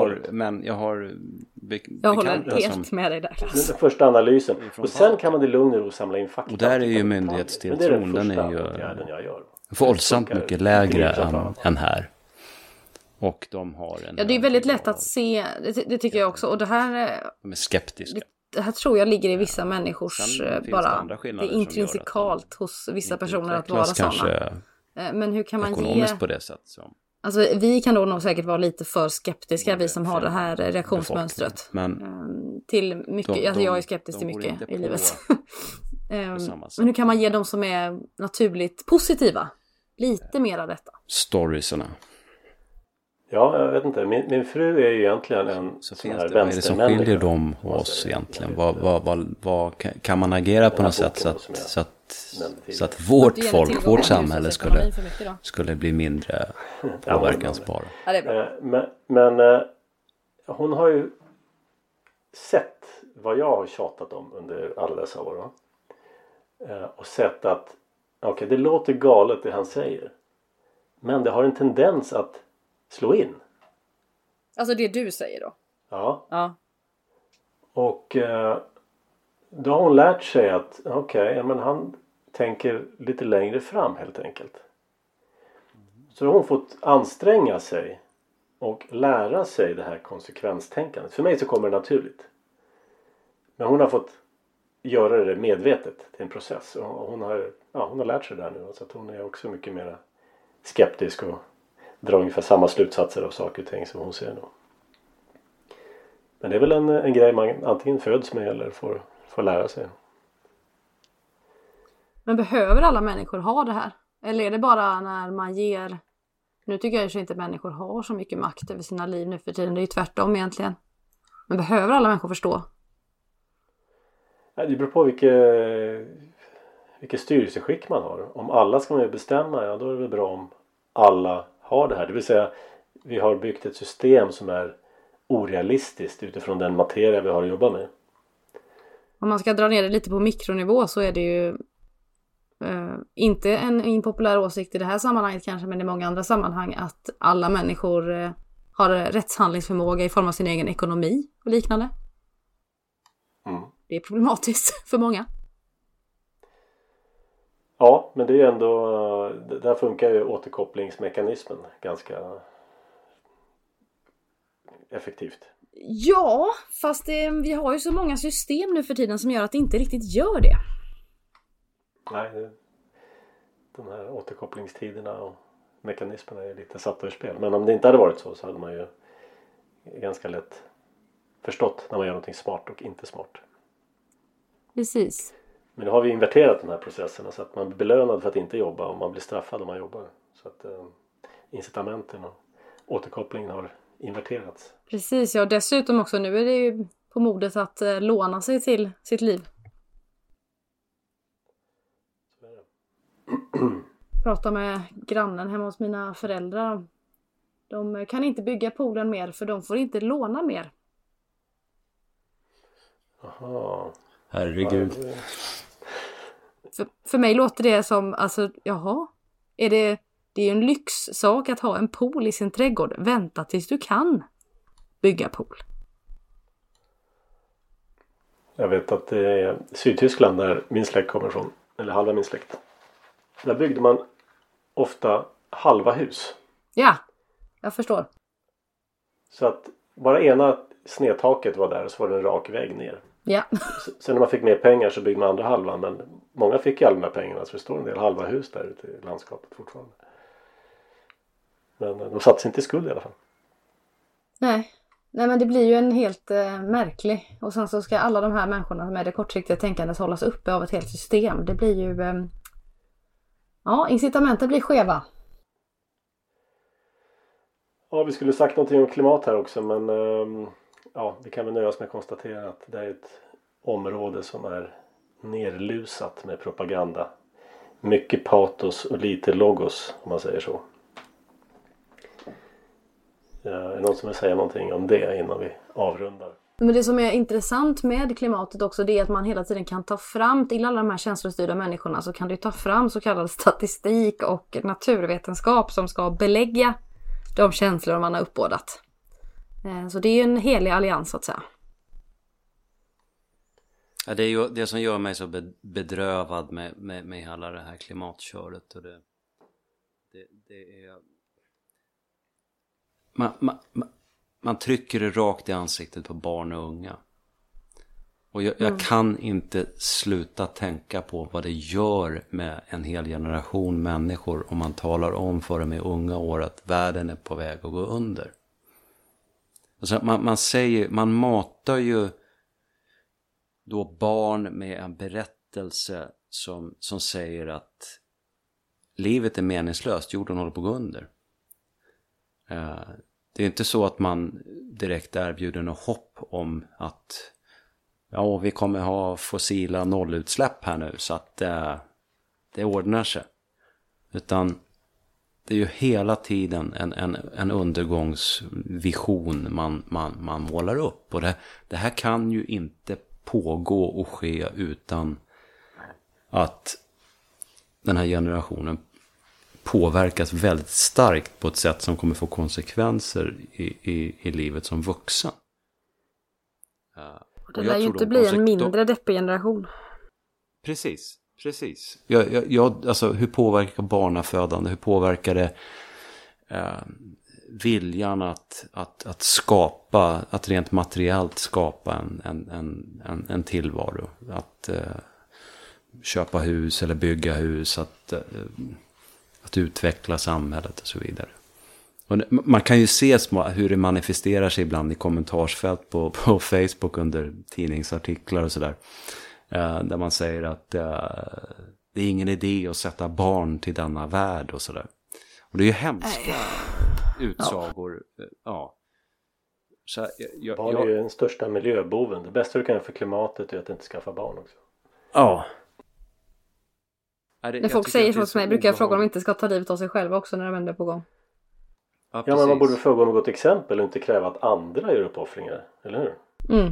håller helt med dig där. Den första analysen. Och sen kan man i lugn och ro samla in fakta. Och där är ju myndighetstilltron, den är ju våldsamt mycket lägre än här. Och de har en... Ja, det är väldigt lätt att se, det tycker jag också. Och det här... De är skeptiska. Det här tror jag ligger i vissa människors bara... Det är intrinsikalt hos vissa personer att vara sådana. Men hur kan man ekonomiskt på det sättet som... Alltså vi kan då nog säkert vara lite för skeptiska, vi som har det här reaktionsmönstret. Men till mycket, alltså jag är skeptisk till mycket i livet. Men hur kan man ge dem som är naturligt positiva lite mer av detta? Storiesarna. Ja, jag vet inte. Min fru är ju egentligen en sån här vänstermänniska. Vad är det som skiljer dem och oss egentligen? Vad kan man agera på något sätt så att vårt folk, vårt samhälle skulle bli mindre påverkansbara? Men hon har ju sett vad jag har tjatat om under alla dessa år. Och sett att okej, det låter galet det han säger. Men det har en tendens att slå in. Alltså det du säger då? Ja. Och då har hon lärt sig att men han tänker lite längre fram helt enkelt. Så då har hon fått anstränga sig och lära sig det här konsekvenstänkandet. För mig så kommer det naturligt. Men hon har fått göra det medvetet till en process. Och hon har lärt sig det här nu. Så att hon är också mycket mer skeptisk och drar ungefär samma slutsatser av saker och ting som hon ser nu. Men det är väl en grej man antingen föds med eller får lära sig. Men behöver alla människor ha det här? Eller är det bara när man ger... Nu tycker jag ju inte att människor har så mycket makt över sina liv nu för tiden. Det är ju tvärtom egentligen. Men behöver alla människor förstå? Det beror på vilket styrelseskick man har. Om alla ska man ju bestämma, då är det väl bra om alla har det här. Det vill säga, vi har byggt ett system som är orealistiskt utifrån den materia vi har att jobba med. Om man ska dra ner det lite på mikronivå så är det ju inte en impopulär åsikt i det här sammanhanget kanske, men i många andra sammanhang att alla människor har rättshandlingsförmåga i form av sin egen ekonomi och liknande. Det är problematiskt för många. Ja, men det är ju ändå, där funkar ju återkopplingsmekanismen ganska effektivt. Ja, fast vi har ju så många system nu för tiden som gör att det inte riktigt gör det. Nej, de här återkopplingstiderna och mekanismerna är lite satta ur spel. Men om det inte hade varit så hade man ju ganska lätt förstått när man gör någonting smart och inte smart. Precis. Men nu har vi inverterat de här processerna så att man blir belönad för att inte jobba och man blir straffad om man jobbar. Så att incitamenten och återkopplingen har inverterats. Precis, ja. Dessutom också nu är det ju på modet att låna sig till sitt liv. Prata med grannen hemma hos mina föräldrar. De kan inte bygga poolen mer för de får inte låna mer. Aha. Herregud. För mig låter det som, alltså, jaha. Det är en lyxsak att ha en pool i sin trädgård. Vänta tills du kan bygga pool. Jag vet att det är Sydtyskland där min släkt kommer från. Eller halva min släkt. Där byggde man ofta halva hus. Ja, jag förstår. Så att bara ena snedtaket var där, så var det en rak väg ner. Ja. Sen när man fick mer pengar så byggde man andra halvan. Men många fick ju alla de här pengarna, så det står en del halva hus där ute i landskapet fortfarande. Men de satt sig inte i skuld i alla fall. Nej, men det blir ju en helt märklig. Och sen så ska alla de här människorna med det kortsiktiga tänkandet hållas uppe av ett helt system. Det blir ju... incitamenten blir skeva. Ja, vi skulle sagt någonting om klimat här också. Men vi kan väl nöja oss med att konstatera att det är ett område som är nerlusat med propaganda. Mycket patos och lite logos, om man säger så. Är det någon som vill säga någonting om det innan vi avrundar? Men det som är intressant med klimatet också, det är att man hela tiden kan ta fram, till alla de här känslostyrda människorna, så kan du ta fram så kallad statistik och naturvetenskap som ska belägga de känslor man har uppbådat. Så det är ju en helig allians, så att säga. Ja, det är ju det som gör mig så bedrövad med hela det här klimatköret. Och det är... Man trycker det rakt i ansiktet på barn och unga. Och jag kan inte sluta tänka på vad det gör med en hel generation människor om man talar om för dem i unga år att världen är på väg att gå under. Alltså man matar ju då barn med en berättelse som säger att livet är meningslöst, jorden håller på att gå under. Det är inte så att man direkt erbjuder något hopp om att vi kommer ha fossila nollutsläpp här nu så att det ordnar sig. Utan det är ju hela tiden en undergångsvision man målar upp. Och det här kan ju inte pågå och ske utan att den här generationen påverkas väldigt starkt på ett sätt som kommer få konsekvenser i livet som vuxen. Det lär ju inte bli en mindre deppig generation. Precis. Alltså, hur påverkar barnafödande? Hur påverkar det viljan att skapa, att rent materiellt skapa en tillvaro? Att köpa hus eller bygga hus, att utveckla samhället och så vidare. Och man kan ju se hur det manifesterar sig ibland i kommentarsfält på Facebook under tidningsartiklar och sådär. Där man säger att det är ingen idé att sätta barn till denna värld och sådär. Och det är ju hemska utsagor. Ja. Så barn är ju den största miljöboven. Det bästa du kan göra för klimatet är att inte skaffa barn också. Ja. När folk säger så till mig brukar jag fråga om de inte ska ta livet av sig själva också när de ändå är på gång. Ja, men man borde fråga om något exempel och inte kräva att andra gör uppoffringar, eller hur? Mm.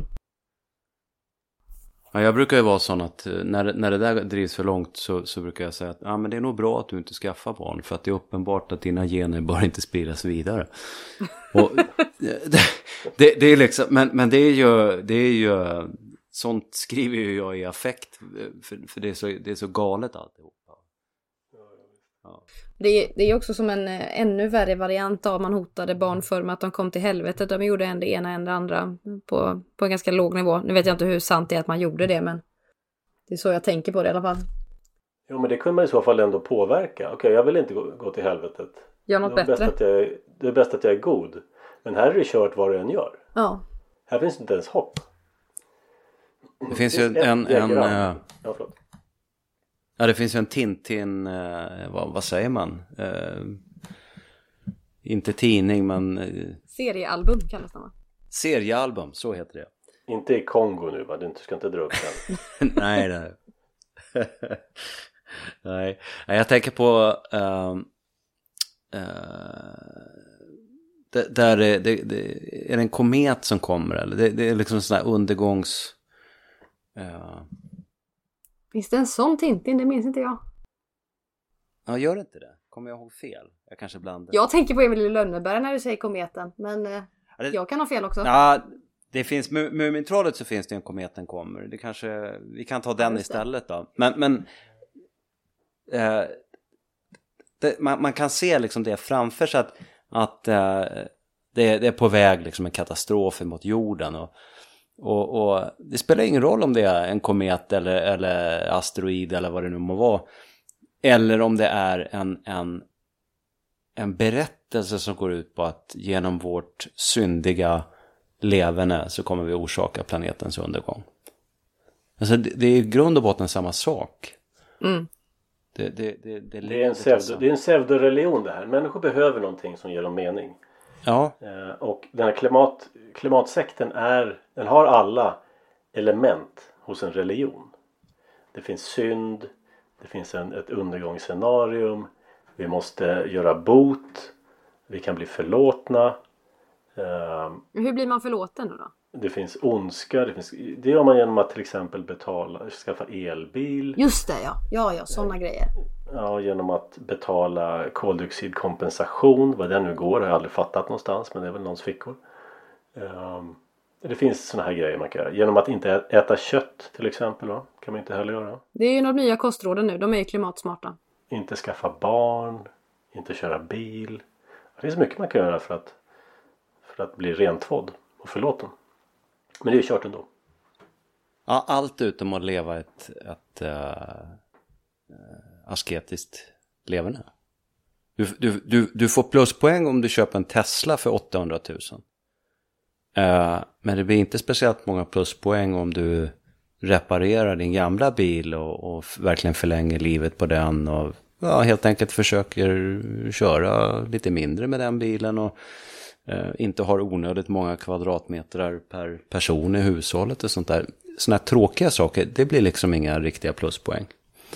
Ja, jag brukar ju vara sån att när det där drivs för långt så brukar jag säga att men det är nog bra att du inte skaffar barn, för att det är uppenbart att dina gener bör inte spridas vidare. Och det är liksom, men det är ju sånt skriver ju jag i affekt för det är så galet alltihop. Ja. Det är också som en ännu värre variant av man hotade barn för med att de kom till helvetet. De gjorde en det ena än det andra på en ganska låg nivå. Nu vet jag inte hur sant det är att man gjorde det, men det är så jag tänker på det i alla fall. Jo, men det kunde man i så fall ändå påverka. Okej, jag vill inte gå till helvetet. Gör något bättre. Det är bäst att jag är god. Men här är det kört vad du än gör. Ja. Här finns inte ens hopp. Det finns ju det finns ju en Tintin, vad säger man? Inte tidning, men... Seriealbum kallas det, va? Seriealbum, så heter det. Inte i Kongo nu, va? Du ska inte dra upp den. Nej. Nej, jag tänker på... där är det en komet som kommer, eller? Det är liksom en sån här undergångs... Finns det en sån Tintin? Det minns inte jag. Ja, gör inte det. Kommer jag ihåg fel? Jag kanske blandar. Jag tänker på Emil i Lönneberg när du säger kometen. Men jag kan ha fel också. Ja, Det finns Mumintrollet, så finns det en kometen kommer. Det kanske, vi kan ta den istället då. Men man kan se liksom det framför sig att det är på väg liksom en katastrof mot jorden. Och det spelar ingen roll om det är en komet eller asteroid eller vad det nu må vara. Eller om det är en berättelse som går ut på att genom vårt syndiga leverne så kommer vi orsaka planetens undergång. Alltså det är i grund och botten samma sak. Mm. Det är en pseudoreligion det här. Människor behöver någonting som ger dem mening. Ja. Och den här klimatsekten den har alla element hos en religion. Det finns synd, det finns ett undergångsscenarium, vi måste göra bot, vi kan bli förlåtna. Hur blir man förlåten då? Det finns ondska, det gör man genom att till exempel skaffa elbil. Just det, ja, sådana grejer. Ja, genom att betala koldioxidkompensation. Vad det nu går har jag aldrig fattat någonstans, men det är väl någons fickor. Det finns såna här grejer man kan göra. Genom att inte äta kött till exempel då, kan man inte heller göra. Det är ju några nya kostråden nu, de är ju klimatsmarta. Inte skaffa barn, inte köra bil. Det finns mycket man kan göra för att bli rentvådd och förlåten. Men det är ju kört ändå. Ja, allt utom att leva ett asketiskt leverne. Du får pluspoäng om du köper en Tesla för 800 000. Men det blir inte speciellt många pluspoäng om du reparerar din gamla bil och verkligen förlänger livet på den och helt enkelt försöker köra lite mindre med den bilen och inte har onödigt många kvadratmeter per person i hushållet och sånt där. Såna här tråkiga saker, det blir liksom inga riktiga pluspoäng.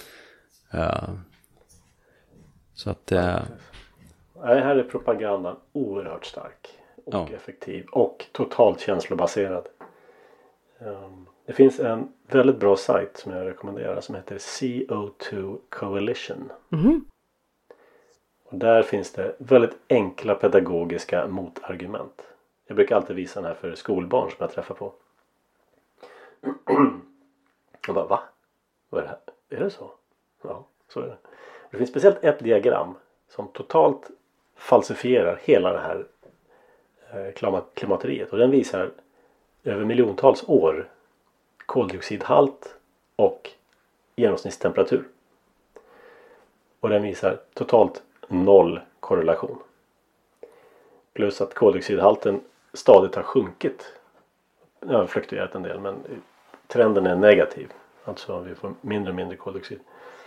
Så att Nej, här är propagandan oerhört stark och effektiv och totalt känslobaserad. Det finns en väldigt bra sajt som jag rekommenderar som heter CO2 Coalition. Mm. Och där finns det väldigt enkla pedagogiska motargument. Jag brukar alltid visa den här för skolbarn som jag träffar på. Och bara, va? Vad är det här? Är det så? Ja, så är det. Det finns speciellt ett diagram som totalt falsifierar hela det här klimateriet. Och den visar över miljontals år koldioxidhalt och genomsnittstemperatur. Och den visar totalt 0 korrelation. Plus att koldioxidhalten stadigt har sjunkit. Ja, fluktuerat en del, men trenden är negativ. Alltså vi får mindre och mindre koldioxid.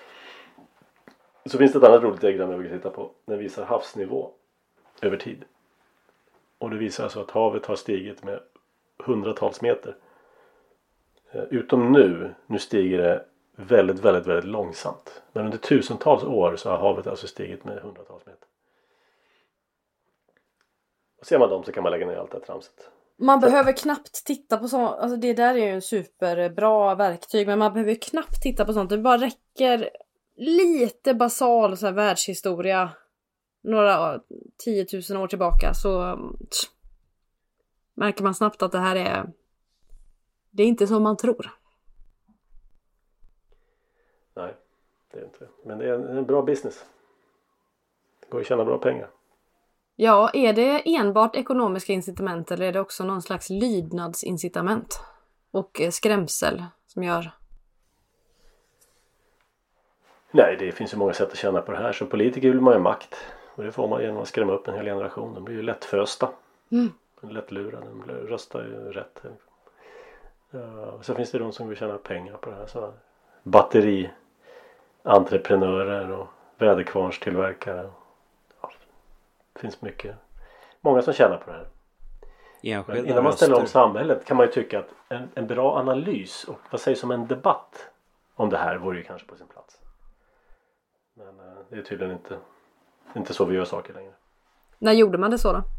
Så finns det ett annat roligt diagram jag vill titta på. Den visar havsnivå över tid. Och det visar alltså att havet har stigit med hundratals meter. Utom nu stiger det väldigt, väldigt, väldigt långsamt. Men under tusentals år så har havet alltså stigit med hundratals meter. Och ser man dem så kan man lägga ner allt det här tramset. Man behöver knappt titta på sånt. Alltså det där är ju en superbra verktyg. Men man behöver knappt titta på sånt. Det bara räcker lite basal så här världshistoria. Några 10 000 år tillbaka. Så märker man snabbt att det här är... Det är inte som man tror. Nej, det är inte. Men det är en bra business. Det går att tjäna bra pengar. Ja, är det enbart ekonomiska incitament eller är det också någon slags lydnadsincitament och skrämsel som gör? Nej, det finns ju många sätt att tjäna på det här. Så politiker vill man ju makt. Och det får man genom att skrämma upp en hel generation. De blir ju lättfösta. Lättlurade. De röstar ju rätt. Och så finns det de som vill tjäna pengar på det här. Så batterientreprenörer och väderkvarnstillverkare. Det finns många som tjänar på det här. Men innan man ställer om samhället kan man ju tycka att en bra analys och vad sägs om en debatt om det här vore ju kanske på sin plats. Men det är tydligen inte så vi gör saker längre. När gjorde man det så då?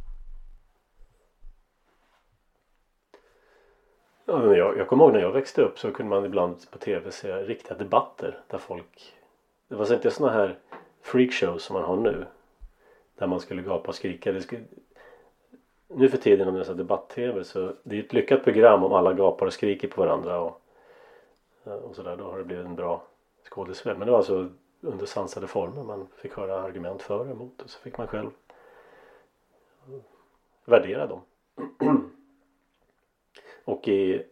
Ja, jag kommer ihåg när jag växte upp så kunde man ibland på tv se riktiga debatter där folk... Det var så inte såna här freakshows som man har nu. Där man skulle gapa och skrika. nu för tiden om det är debatt-tv så det är ett lyckat program om alla gapar och skriker på varandra och sådär. Då har det blivit en bra skådespel. Men det var alltså under sansade former. Man fick höra argument för och emot och så fick man själv värdera dem. Och i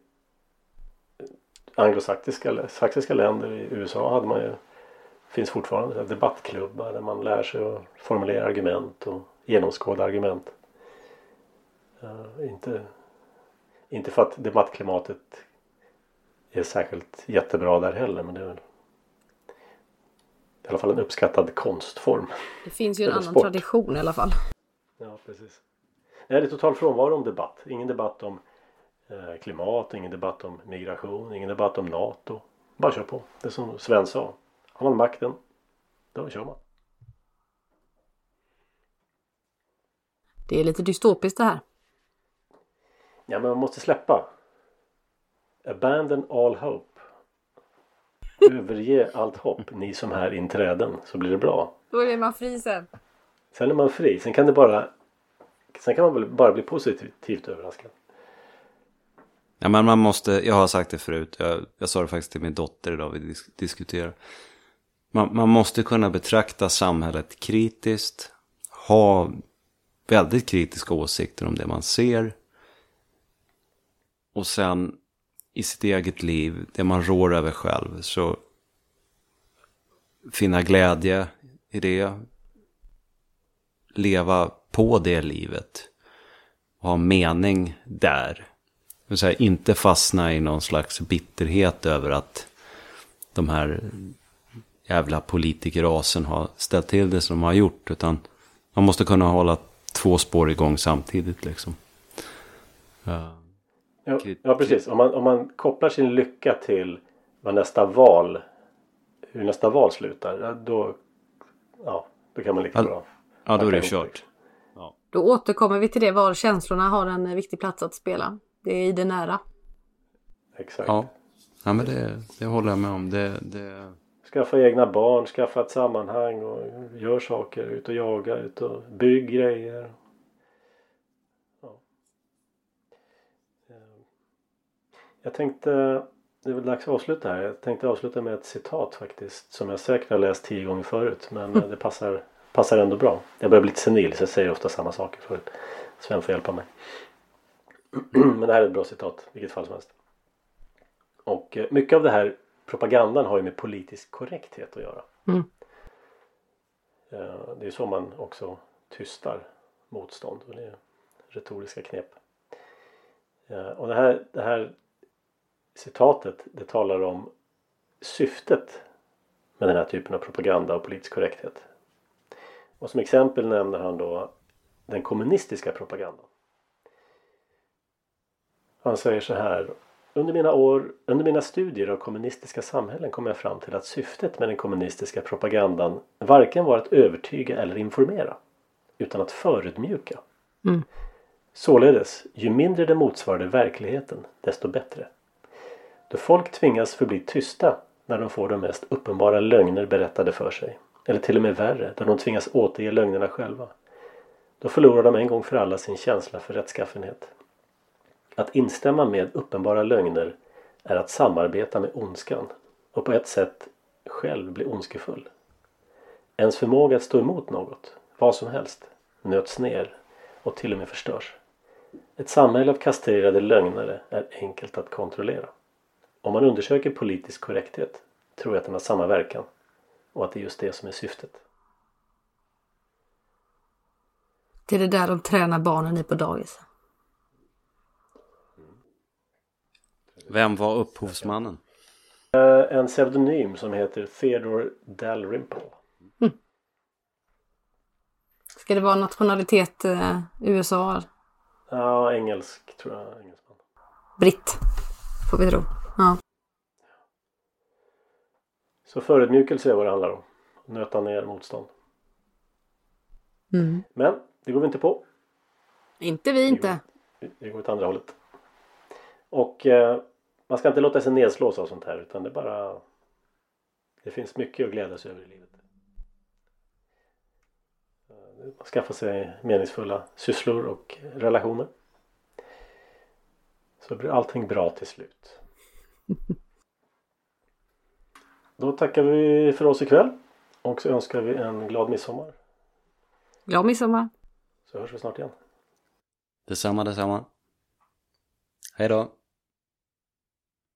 anglosaxiska länder i USA hade man ju, finns fortfarande debattklubbar där man lär sig att formulera argument och genomskåda argument. Inte för att debattklimatet är särskilt jättebra där heller, men det är väl i alla fall en uppskattad konstform. Det finns ju en annan tradition i alla fall. Ja, precis. Nej, det är total frånvaro om debatt. Ingen debatt om klimat, ingen debatt om migration, ingen debatt om NATO. Bara kör på. Det är som Sven sa. Har man makten, då kör man. Det är lite dystopiskt det här. Ja, men man måste släppa. Abandon all hope. Överge allt hopp, ni som här inträden, så blir det bra. Då är man fri sen. Sen är man fri. Sen kan man väl bara bli positivt överraskad. Ja, men man måste, jag har sagt det förut, jag sa det faktiskt till min dotter idag, vi diskuterar. Man måste kunna betrakta samhället kritiskt, ha väldigt kritiska åsikter om det man ser. Och sen i sitt eget liv, det man rår över själv, så finna glädje i det. Leva på det livet. Och ha mening där. Det vill säga, inte fastna i någon slags bitterhet över att de här jävla politikerasen har ställt till det som de har gjort. Utan man måste kunna hålla 2 spår igång samtidigt liksom. Ja, precis. Om man kopplar sin lycka till hur nästa val slutar, då kan man lika bra. Ja, då är det kört. Ja. Då återkommer vi till det var känslorna har en viktig plats att spela. Det är i det nära. Exakt. Ja, men det håller jag med om. Skaffa egna barn, skaffa ett sammanhang och gör saker, ut och jaga, ut och bygg grejer. Jag tänkte, det är väl dags att avsluta här. Jag tänkte avsluta med ett citat faktiskt. Som jag säkert har läst 10 gånger förut. Men det passar ändå bra. Jag börjar bli lite senil så jag säger ofta samma saker förut. Sven får hjälpa mig. Men det här är ett bra citat. I vilket fall som helst. Och mycket av det här propagandan har ju med politisk korrekthet att göra. Mm. Det är så man också tystar motstånd. Och det är retoriska knep. Och det här citatet, det talar om syftet med den här typen av propaganda och politisk korrekthet. Och som exempel nämner han då den kommunistiska propagandan. Han säger så här: under mina studier av kommunistiska samhällen kom jag fram till att syftet med den kommunistiska propagandan varken var att övertyga eller informera, utan att förödmjuka. Mm. Således, ju mindre det motsvarade verkligheten, desto bättre. Då folk tvingas förbli tysta när de får de mest uppenbara lögner berättade för sig, eller till och med värre, där de tvingas återge lögnerna själva, då förlorar de en gång för alla sin känsla för rättskaffenhet. Att instämma med uppenbara lögner är att samarbeta med ondskan och på ett sätt själv bli ondskefull. Ens förmåga att stå emot något, vad som helst, nöts ner och till och med förstörs. Ett samhälle av kastrerade lögnare är enkelt att kontrollera. Om man undersöker politisk korrekthet tror jag att den har samma verkan och att det är just det som är syftet. Det är det där de tränar barnen i på dagis. Vem var upphovsmannen? En pseudonym som heter Theodore Dalrymple. Mm. Ska det vara nationalitet USA? Ja, engelsk tror jag. Engelsman. Britt, får vi tro. Ja. Så förödmjukelse är vad det handlar om. Nöta ner motstånd. Mm. Men det går vi inte på. Inte vi inte. Det går åt andra hållet. Och man ska inte låta sig nedslås av sånt här, utan det finns mycket att glädjas över i livet. skaffa sig meningsfulla sysslor och relationer. Så blir allting bra till slut. Då tackar vi för oss ikväll. Och så önskar vi en glad midsommar. Glad midsommar. Så hörs vi snart igen. Detsamma. Hej då.